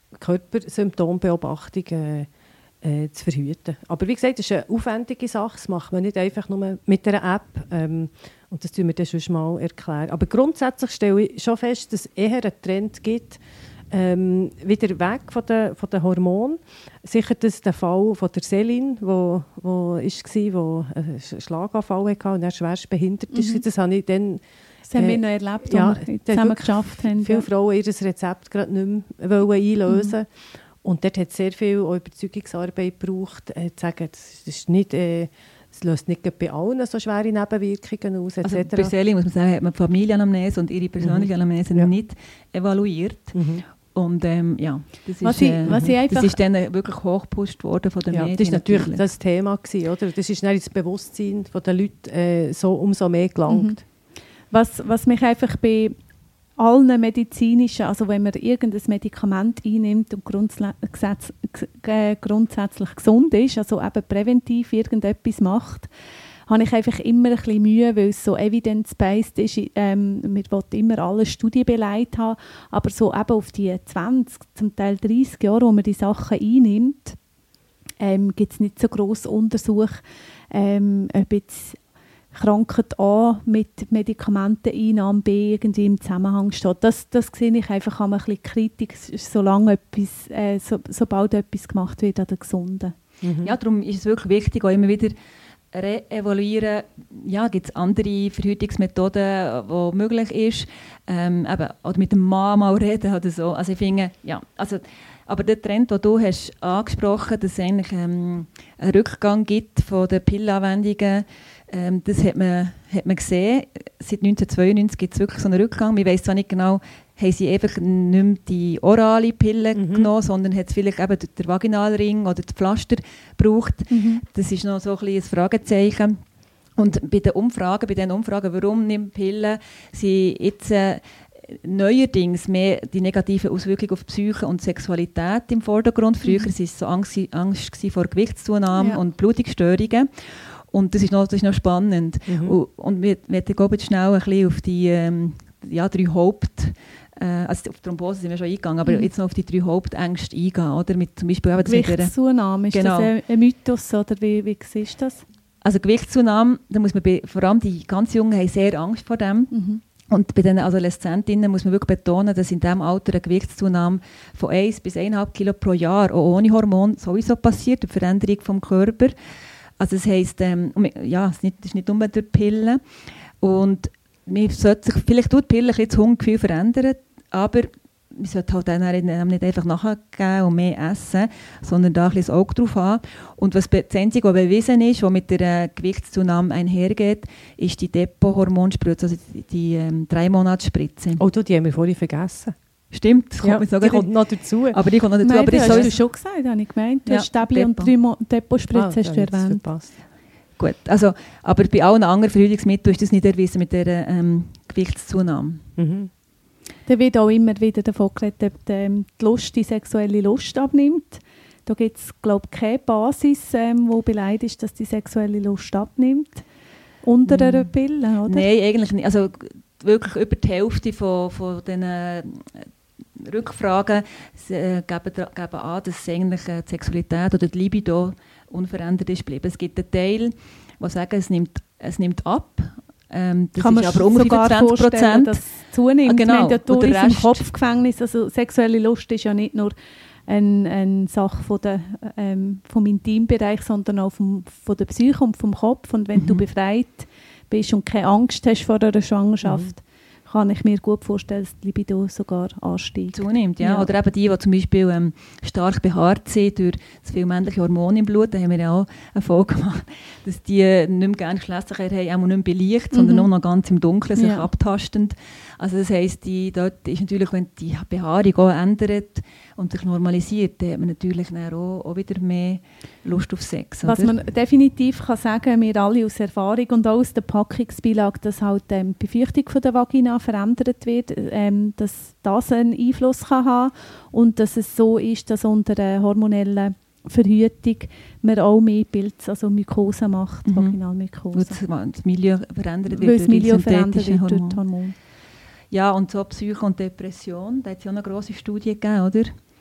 Speaker 2: Körpersymptombeobachtung äh, äh, zu verhüten. Aber wie gesagt, das ist eine aufwendige Sache. Das macht man nicht einfach nur mit einer App. Ähm, und das tun wir dann schon mal erklären. Aber grundsätzlich stelle ich schon fest, dass es eher einen Trend gibt, ähm, wieder weg von den, von den Hormonen. Sicher das der Fall von der Celine, wo, wo ist gsi, wo einen Schlaganfall hatte und er schwerst behindert mhm. ist. Das habe ich dann
Speaker 3: Das haben äh, wir noch erlebt, ja, als wir zusammen geschafft haben.
Speaker 2: Viele ja. Frauen ihr Rezept gerade nicht mehr einlösen. Mhm. Und dort hat es sehr viel Überzeugungsarbeit gebraucht, äh, zu sagen, das ist nicht, äh, es löst nicht bei allen so schwere Nebenwirkungen aus, et cetera.
Speaker 1: Also bei Celine muss man sagen, hat man die Familienanamnese und ihre persönliche mhm. Anamnese ja. nicht evaluiert. Mhm. Und ähm, ja, das ist, äh, was ich das ist dann wirklich hochgepusht worden von den
Speaker 2: ja,
Speaker 1: Medien.
Speaker 2: Das war natürlich, natürlich das Thema gewesen, oder? Das ist dann ins Bewusstsein der Leute äh, so umso mehr gelangt.
Speaker 3: Mhm. Was, was mich einfach bei allen medizinischen, also wenn man irgendein Medikament einnimmt und grundsä- gesetz, g- grundsätzlich gesund ist, also eben präventiv irgendetwas macht, habe ich einfach immer ein bisschen Mühe, weil es so evidence-based ist. Ähm, man will immer alle Studien beleidigt haben, aber so eben auf die zwanzig, zum Teil dreißig Jahre, wo man die Sachen einnimmt, ähm, gibt es nicht so grosse Untersuche, ähm, ob jetzt Krankheit A mit Medikamenteneinnahme B irgendwie im Zusammenhang steht. Das, das sehe ich einfach ein bisschen kritisch, solange etwas, äh, so, sobald etwas gemacht wird an den Gesunden.
Speaker 1: Mhm. Ja, darum ist es wirklich wichtig, auch immer wieder re-evaluieren, ja, gibt es andere Verhütungsmethoden, die möglich ist. Ähm, eben, oder mit dem Mann mal reden oder so. Also ich finde, ja, also, aber der Trend, den du hast angesprochen, dass es eigentlich ähm, einen Rückgang gibt von den Pillenanwendungen, ähm, das hat man, hat man gesehen. Seit neunzehnhundertzweiundneunzig gibt es wirklich so einen Rückgang. Ich weiss zwar nicht genau, haben sie einfach nicht mehr die orale Pille mhm. genommen, sondern hat es vielleicht eben den Vaginalring oder das Pflaster gebraucht. Mhm. Das ist noch so ein bisschen ein Fragezeichen. Und bei den Umfragen, bei den Umfragen, warum nimmt Pillen, sind jetzt äh, neuerdings mehr die negativen Auswirkungen auf Psyche und Sexualität im Vordergrund. Früher war mhm. es so Angst, Angst vor Gewichtszunahme ja. und Blutungsstörungen. Und das ist noch, das ist noch spannend. Mhm. Und, und wir, wir gehen jetzt schnell ein bisschen auf die ähm, ja, drei Haupt... Äh, also auf Thrombose sind wir schon eingegangen, aber mhm. jetzt noch auf die drei Hauptängste eingehen. Oder? Mit zum Beispiel
Speaker 3: Gewichtszunahme, ist genau. das ein Mythos oder wie, wie siehst du das?
Speaker 1: Also Gewichtszunahme, da muss man bei, vor allem die ganz Jungen haben sehr Angst vor dem. Mhm. Und bei den Adoleszentinnen muss man wirklich betonen, dass in diesem Alter eine Gewichtszunahme von eins bis eins Komma fünf Kilo pro Jahr auch ohne Hormon sowieso passiert, die Veränderung des Körpers. Also das heisst, ähm, ja, es ist nicht unbedingt durch Pillen. Und man sollte sich, vielleicht tut die Pille ein bisschen das Hungergefühl verändern, aber man sollte halt dann nicht einfach nachgeben und mehr essen, sondern da ein bisschen das Auge drauf haben. Und was das Einzige, was bewiesen ist, was mit der Gewichtszunahme einhergeht, ist die Depo-Hormonspritze, also die, die ähm, Drei-Monats-Spritze.
Speaker 2: Oh, die haben wir vorhin vergessen.
Speaker 1: Stimmt, das
Speaker 2: ja,
Speaker 1: kommt, die
Speaker 2: kommt nicht. noch dazu.
Speaker 1: Aber die kommt noch dazu.
Speaker 3: Nein,
Speaker 1: aber
Speaker 3: das
Speaker 1: hast
Speaker 3: du schon gesagt, habe ich gemeint. Du
Speaker 1: ja,
Speaker 3: hast Stäbli und Depo-Spritze ah, hast du erwähnt. Verpasst.
Speaker 1: Gut, also, aber bei allen anderen Verhütungsmitteln ist das nicht erwiesen mit der ähm, Gewichtszunahme.
Speaker 3: Mhm. Da wird auch immer wieder davon geredet, ob die, die, Lust, die sexuelle Lust abnimmt. Da gibt es, glaube ich, keine Basis, ähm, die beleidigt ist, dass die sexuelle Lust abnimmt. Unter mm. einer Pille, oder?
Speaker 1: Nein, eigentlich nicht. Also wirklich über die Hälfte von, von den äh, Rückfragen äh, geben, geben an, dass eigentlich äh, die Sexualität oder die Libido unverändert ist geblieben. Es gibt einen Teil, der sagen, es nimmt, es nimmt ab. Ähm, das
Speaker 3: Kann
Speaker 1: ist aber ungefähr zwanzig Prozent.
Speaker 3: Dass es zunimmt. Ah,
Speaker 1: genau.
Speaker 3: Wir haben ja im Kopfgefängnis, also sexuelle Lust ist ja nicht nur eine, eine Sache von der, ähm, vom Intimbereich, sondern auch vom, von der Psyche und vom Kopf. Und wenn mhm. du befreit bist und keine Angst hast vor einer Schwangerschaft, mhm. kann ich mir gut vorstellen, dass die Libido sogar ansteigt.
Speaker 1: Zunimmt, ja. ja. Oder eben die, die zum Beispiel ähm, stark behaart sind durch zu viele männliche Hormone im Blut, da haben wir ja auch eine Folge gemacht, dass die nicht mehr gerne Geschlechtsverkehr haben, auch nicht mehr belicht, mhm. sondern nur noch ganz im Dunkeln sich ja. abtastend. Also das heisst, die, dort ist natürlich, wenn die Behaarung auch ändert und sich normalisiert, dann hat man natürlich dann auch, auch wieder mehr Lust auf Sex.
Speaker 3: Was
Speaker 1: oder?
Speaker 3: man definitiv kann sagen, wir alle aus Erfahrung und auch aus der Packungsbeilage, dass halt ähm, die Befeuchtung von der Vagina verändert wird, ähm, dass das einen Einfluss kann haben und dass es so ist, dass unter der hormonellen Verhütung man auch mehr Pilz, also Mykose macht, mhm. Vaginalmykose.
Speaker 1: Weil das Milieu verändert wird
Speaker 3: Weil das Milieu verändert wird durch die Hormone.
Speaker 1: Ja, und so Psyche und Depression, da hat es ja auch eine grosse Studie gegeben, oder?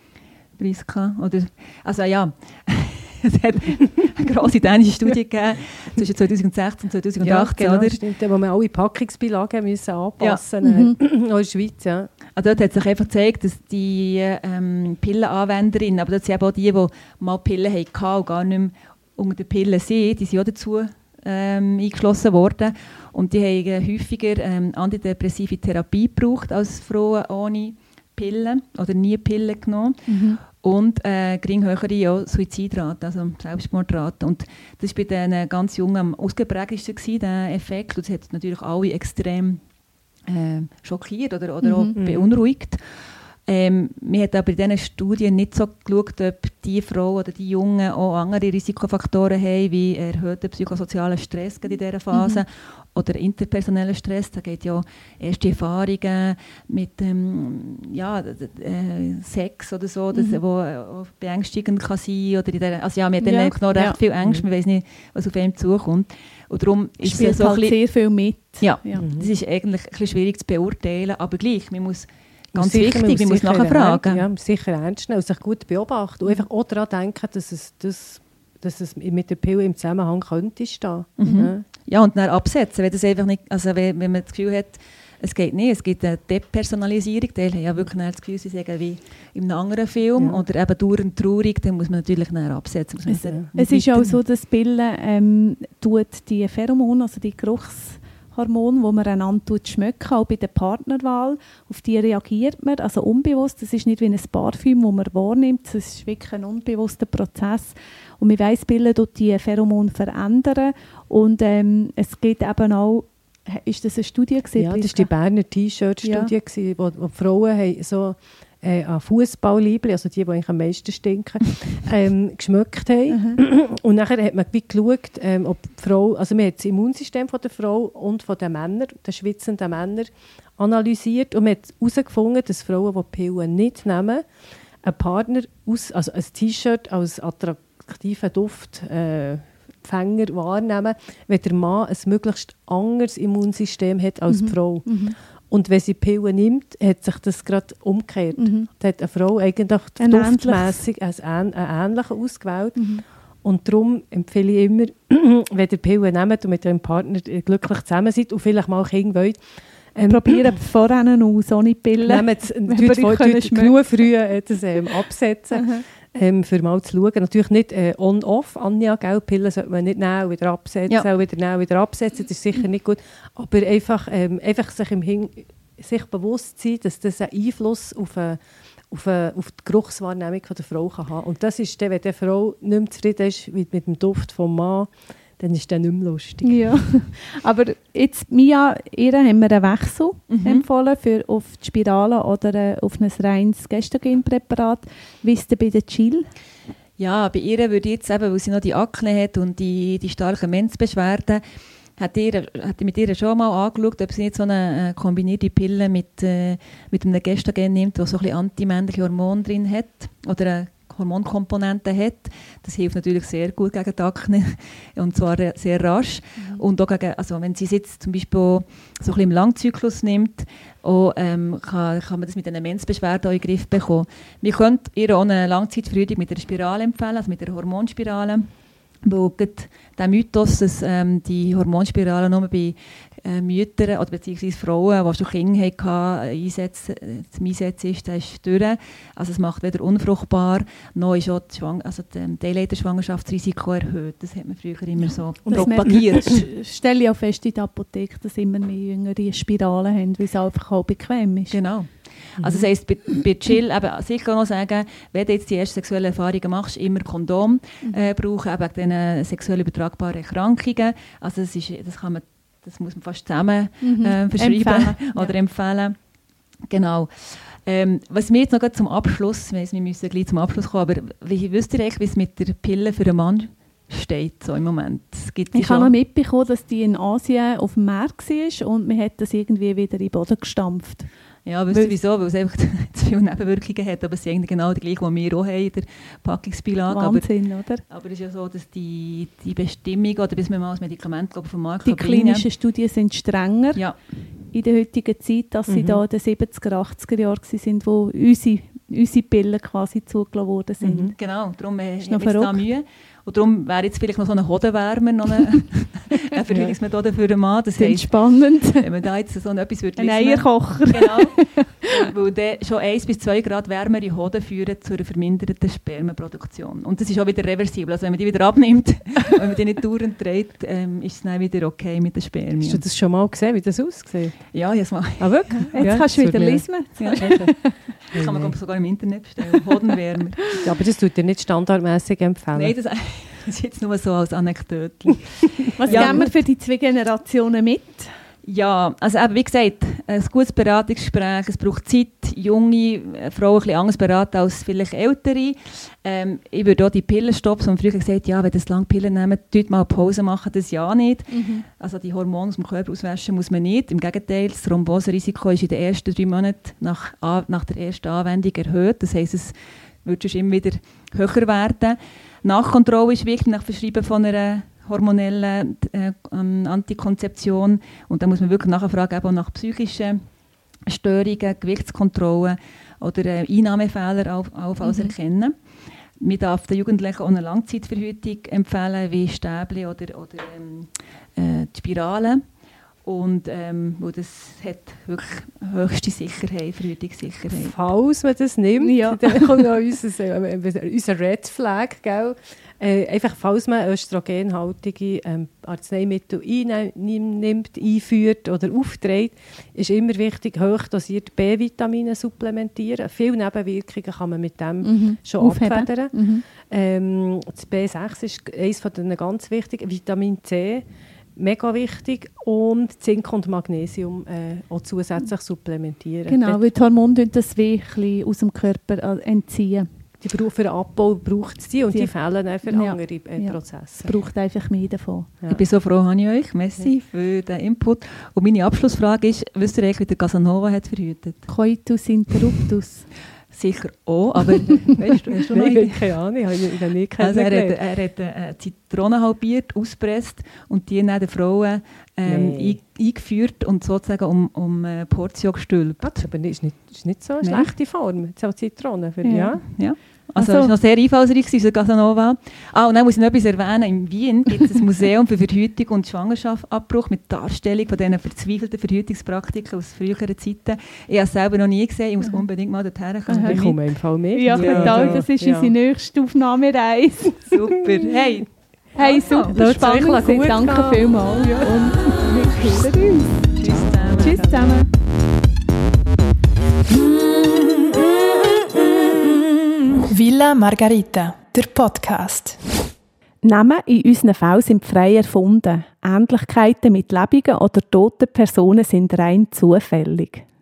Speaker 1: Priska, oder? Also ja, es hat eine grosse dänische Studie gegeben, zwischen zweitausendsechzehn und zweitausendachtzehn,
Speaker 2: ja, genau,
Speaker 1: oder?
Speaker 2: Stimmt, wo wir alle Packungsbeilagen müssen anpassen
Speaker 1: ja.
Speaker 2: müssen, mhm. auch in der Schweiz, ja.
Speaker 1: Also dort hat sich einfach gezeigt, dass die ähm, Pillenanwenderinnen, aber das sind eben auch die, die mal Pillen hatten und gar nicht mehr unter den Pillen sind, die sind auch dazu ähm, eingeschlossen worden. Und die haben häufiger ähm, antidepressive Therapie gebraucht als Frauen ohne Pillen oder nie Pillen genommen. Mhm. Und äh, gering höhere ja, Suizidrate, also Selbstmordrate. Und das war bei den ganz Jungen am ausgeprägtesten, dieser Effekt. Und das hat natürlich alle extrem äh, schockiert oder, oder auch mhm. beunruhigt. Ähm, wir haben aber bei diesen Studien nicht so geschaut, ob die Frauen oder die Jungen auch andere Risikofaktoren haben, wie erhöhten psychosozialen Stress in dieser Phase mhm. oder interpersonellen Stress. Da geht ja erste Erfahrungen mit ähm, ja, äh, Sex oder so, das, mhm. wo auch beängstigend kann sein. Oder in der, also ja, wir haben ja. dann noch recht ja. viel Angst, mhm. man weiß nicht, was auf einem zukommt. Und darum ist
Speaker 3: es so halt bisschen, sehr viel mit.
Speaker 1: Ja, ja. Mhm. das ist eigentlich ein bisschen schwierig zu beurteilen, aber gleich, man muss ganz sicher, wichtig, man muss nachfragen.
Speaker 2: Ja, sicher ernst nehmen und sich gut beobachten. Und einfach auch daran denken, dass es, das, dass es mit der Pille im Zusammenhang könnte stehen.
Speaker 1: Mhm. Ja. ja, und dann absetzen, wenn, das einfach nicht, also wenn, wenn man das Gefühl hat, Es geht nicht, es gibt eine Depersonalisierung, die haben ja wirklich das Gefühl, sie sagen wie in einem anderen Film
Speaker 2: Ja.
Speaker 1: oder eben dauernd traurig, dann muss man natürlich näher absetzen. Muss man
Speaker 3: Es,
Speaker 1: dann
Speaker 3: es ist
Speaker 1: weiter-
Speaker 3: auch so, dass Pillen ähm, tut die Pheromone, also die Geruchshormone, die man einander tut, schmecken, auch bei der Partnerwahl, auf die reagiert man, also unbewusst. Das ist nicht wie ein Parfüm, das man wahrnimmt, das ist wirklich ein unbewusster Prozess. Und man weiss, Pillen tut die Pheromone verändern. Und ähm, es geht eben auch, ist das eine Studie gewesen?
Speaker 2: Ja, das war die Berner T-Shirt-Studie, ja. wo, wo die Frauen haben so äh, an Fußballliebli, also die, die eigentlich am meisten stinken, ähm, geschmeckt haben. Mhm. Und nachher hat man wie geschaut, ähm, ob die Frau, also man hat das Immunsystem von der Frau und von den Männern, der schwitzenden Männer, analysiert und man hat herausgefunden, dass Frauen, die Pillen nicht nehmen, einen Partner, aus, also ein T-Shirt als attraktiven Duft äh, Fänger wahrnehmen, wenn der Mann ein möglichst anderes Immunsystem hat als
Speaker 3: Mhm.
Speaker 2: die Frau.
Speaker 3: Mhm.
Speaker 2: Und wenn sie Pillen nimmt, hat sich das gerade umgekehrt.
Speaker 3: Mhm.
Speaker 2: Da hat eine Frau eigentlich
Speaker 3: Ein
Speaker 2: duftmässig einen ähnlichen ausgewählt.
Speaker 3: Mhm.
Speaker 2: Und darum empfehle ich immer, wenn ihr Pillen nehmt und mit eurem Partner glücklich zusammen seid und vielleicht mal Kinder wollt, ähm,
Speaker 3: Probieren vorher aus, ohne Pillen.
Speaker 2: nehmt es natürlich
Speaker 3: wir können
Speaker 2: genug früh äh, das, ähm, absetzen.
Speaker 3: Aha.
Speaker 2: Ähm, für mal zu schauen. Natürlich nicht äh, on-off, Anja, gell? Pillen sollte man nicht nehmen, wieder absetzen,
Speaker 1: Ja.
Speaker 2: wieder nehmen, wieder absetzen, das ist sicher nicht gut. Aber einfach, ähm, einfach sich, im Hin- sich bewusst sein, dass das einen Einfluss auf, eine, auf, eine, auf die Geruchswahrnehmung von der Frau kann haben. Und das ist dann, wenn die Frau nicht mehr zufrieden ist mit, mit dem Duft vom Mann, dann ist das nicht mehr lustig.
Speaker 3: Ja, aber jetzt, Mia, ihr haben wir einen Wechsel
Speaker 1: Mhm.
Speaker 3: empfohlen für auf die Spirale oder äh, auf ein reines Gestagenpräparat. Wie ist denn bei der Jill?
Speaker 1: Ja, bei ihr würde ich jetzt eben, weil sie noch die Akne hat und die, die starken Menzbeschwerden, hat ihr, hat ich mit ihr schon mal angeschaut, ob sie nicht so eine äh, kombinierte Pille mit, äh, mit einem Gestagen nimmt, die so ein bisschen antimännliche Hormone drin hat oder eine Hormonkomponente hat. Das hilft natürlich sehr gut gegen die Akne und zwar äh, sehr rasch. Mhm. Und auch gegen, also wenn sie es jetzt zum Beispiel so ein bisschen im Langzyklus nimmt, auch, ähm, kann, kann man das mit einer Menzbeschwerde auch in den Griff bekommen. Wir können ihr auch eine Langzeitverhütung mit einer Spirale empfehlen, also mit einer Hormonspirale. Weil der Mythos, dass ähm, die Hormonspirale nur bei äh, Müttern oder beziehungsweise Frauen, die schon Kinder hatten, einsetzen, zum Einsetzen ist, der ist durch. Also es macht weder unfruchtbar, noch ist auch das Schwang- also das Eileiter-Schwangerschaftsrisiko erhöht. Das hat man früher immer so
Speaker 3: Und
Speaker 1: propagiert.
Speaker 3: Das stelle ich auch fest in der Apotheke, dass immer mehr Jüngere Spiralen haben, weil es einfach auch bequem ist.
Speaker 1: Genau. Also das heisst, bei, bei Jill eben sicher noch sagen, wenn du jetzt die ersten sexuellen Erfahrungen machst, immer Kondom äh, brauchen, eben wegen diesen sexuell übertragbaren Erkrankungen. Also das, ist, das, kann man, das muss man fast zusammen
Speaker 3: Mhm.
Speaker 1: äh, verschreiben
Speaker 3: Empfehlen.
Speaker 1: oder empfehlen. Genau. Ähm, was mir jetzt noch gerade zum Abschluss, wir müssen gleich zum Abschluss kommen, aber wie wisst ihr eigentlich, wie es mit der Pille für einen Mann steht so im Moment? Es gibt
Speaker 3: Ich
Speaker 1: schon-
Speaker 3: habe noch mitbekommen, dass die in Asien auf dem Markt war und man hat das irgendwie wieder in den Boden gestampft.
Speaker 1: Ja, wisst ihr wieso? Weil es einfach zu viele Nebenwirkungen hat, aber es sind eigentlich genau die gleichen, die wir auch haben in der Packungsbeilage. Aber,
Speaker 3: Wahnsinn, oder?
Speaker 1: aber es ist ja so, dass die, die Bestimmung, oder bis man mal das Medikament glaub, auf den Markt
Speaker 3: Die
Speaker 1: kann bringen
Speaker 3: klinischen Studien sind strenger
Speaker 1: ja,
Speaker 3: in der heutigen Zeit, als sie
Speaker 2: Mhm.
Speaker 3: da in den siebziger, achtziger Jahren waren, wo unsere, unsere Pillen quasi zugelassen worden sind.
Speaker 2: Mhm.
Speaker 1: genau. Darum äh,
Speaker 3: Ist
Speaker 1: haben
Speaker 3: noch
Speaker 1: wir jetzt da
Speaker 3: verrückt.
Speaker 1: Mühe. Und darum wäre jetzt vielleicht noch so ein Hodenwärmer noch eine, eine Verhütungsmethode für einen Mann. Das
Speaker 3: Das ist
Speaker 1: heisst,
Speaker 3: spannend.
Speaker 1: wenn man da jetzt so etwas würde
Speaker 3: Ein
Speaker 1: listen-
Speaker 3: Eierkocher.
Speaker 1: Genau. Weil der schon eins bis zwei Grad wärmere Hoden führen zu einer verminderten Spermaproduktion. Und das ist auch wieder reversibel. Also wenn man die wieder abnimmt, wenn man die nicht dauernd trägt, ähm, ist es dann wieder okay mit den
Speaker 2: Hast du
Speaker 1: Spermien.
Speaker 2: das schon mal gesehen, wie das aussieht?
Speaker 1: Ja, jetzt mal.
Speaker 2: Ah, wirklich?
Speaker 3: Jetzt
Speaker 2: Ja,
Speaker 3: kannst du
Speaker 2: das
Speaker 3: wieder
Speaker 2: würde mir-
Speaker 3: lesen.
Speaker 1: Ja. Das kann man glaub ich, sogar im Internet bestellen. Hodenwärmer.
Speaker 2: Ja, aber das tut dir nicht standardmäßig empfehlen.
Speaker 1: Nein, das, das ist jetzt nur so als Anekdote.
Speaker 3: Was
Speaker 1: Ja,
Speaker 3: geben wir für die zwei Generationen mit?
Speaker 1: Ja, also eben, wie gesagt, ein gutes Beratungsgespräch, es braucht Zeit, junge äh, Frauen ein bisschen anders beraten als vielleicht ältere. Ähm, ich würde auch die Pillenstopps, und früher gesagt, ja, wenn ihr lange Pillen nehmt, tut mal Pause machen, das ja nicht.
Speaker 3: Mhm.
Speaker 1: Also die Hormone aus dem Körper auswaschen muss man nicht. Im Gegenteil, das Thromboserisiko ist in den ersten drei Monaten nach, A- nach der ersten Anwendung erhöht. Das heisst, es wird schon immer wieder höher werden. Nachkontrolle ist wichtig nach Verschreiben von einer hormonellen äh, ähm, Antikonzeption. Und da muss man wirklich nachfragen, eben nach psychischen Störungen, Gewichtskontrolle oder äh, Einnahmefehler auf, allenfalls
Speaker 3: Mhm.
Speaker 1: erkennen. Man darf den Jugendlichen auch eine Langzeitverhütung empfehlen, wie Stäbli oder, oder ähm, äh, die Spirale. Und ähm, wo das hat wirklich höchste Sicherheit, Verhütungssicherheit.
Speaker 2: Falls man das nimmt,
Speaker 3: Ja.
Speaker 2: dann kommt noch unser, äh, unser Red Flag, gell? Äh, einfach, falls man östrogenhaltige ähm, Arzneimittel einnimmt, einführt oder aufträgt, ist immer wichtig, hochdosiert B-Vitamine supplementieren. Viele Nebenwirkungen kann man mit dem
Speaker 3: Mhm.
Speaker 2: schon
Speaker 3: Aufheben.
Speaker 2: abfedern.
Speaker 3: Mhm.
Speaker 2: Ähm, das B sechs ist eines von den ganz wichtigen. Vitamin C, mega wichtig. Und Zink und Magnesium äh, auch zusätzlich supplementieren.
Speaker 3: Genau, weil die Hormone tun das weh ein bisschen aus dem Körper äh, entziehen.
Speaker 2: Die Bra- für den Abbau braucht es die und die,
Speaker 3: Die-
Speaker 2: fehlen auch für
Speaker 3: Ja.
Speaker 2: andere äh,
Speaker 3: Ja.
Speaker 2: Prozesse.
Speaker 3: Es braucht einfach mehr davon.
Speaker 2: Ja.
Speaker 1: Ich bin so froh, habe ich euch. Merci für den Input. Und meine Abschlussfrage ist, wisst ihr eigentlich, wie der Casanova hat verhütet?
Speaker 3: Coitus interruptus.
Speaker 1: Sicher auch, aber weißt du, hast du noch
Speaker 2: Nein,
Speaker 1: eine Idee?
Speaker 2: keine Ahnung, ich habe ich habe nie
Speaker 1: Also er hat,
Speaker 2: kennengelernt.
Speaker 1: er hat eine Zitrone halbiert, ausgepresst und die dann den Frauen ähm,
Speaker 2: Nein.
Speaker 1: ein, eingeführt und sozusagen um, um äh, Portio gestülpt.
Speaker 2: Ah, das ist aber nicht, ist nicht, ist nicht so eine
Speaker 1: Nein.
Speaker 2: schlechte Form. Das ist auch Zitrone. Für,
Speaker 3: Ja.
Speaker 2: ja.
Speaker 1: Ja. Also
Speaker 3: Ach so.
Speaker 1: es war noch sehr einfallsreich, unser Casanova. Ah, und dann muss ich noch etwas erwähnen. In Wien gibt es ein Museum für Verhütung und Schwangerschaftsabbruch mit Darstellung von diesen verzweifelten Verhütungspraktiken aus früheren Zeiten. Ich habe es selber noch nie gesehen. Ich muss unbedingt mal dorthin kommen.
Speaker 3: Aha.
Speaker 2: Ich komme im Fall mit.
Speaker 3: Ja,
Speaker 1: Ja.
Speaker 3: total. Das ist
Speaker 2: Ja.
Speaker 3: unsere nächste Aufnahmereise.
Speaker 1: Super. Hey,
Speaker 3: Hey,
Speaker 1: Also,
Speaker 3: super
Speaker 2: lasst es euch
Speaker 3: spannend.
Speaker 2: gut
Speaker 3: Danke
Speaker 2: gehen.
Speaker 3: vielmals. Und wir hören uns.
Speaker 1: tschüss zusammen.
Speaker 3: Tschüss zusammen.
Speaker 4: Villa Margarita, der Podcast.
Speaker 3: Namen in unseren Fällen sind frei erfunden. Ähnlichkeiten mit lebenden oder toten Personen sind rein zufällig.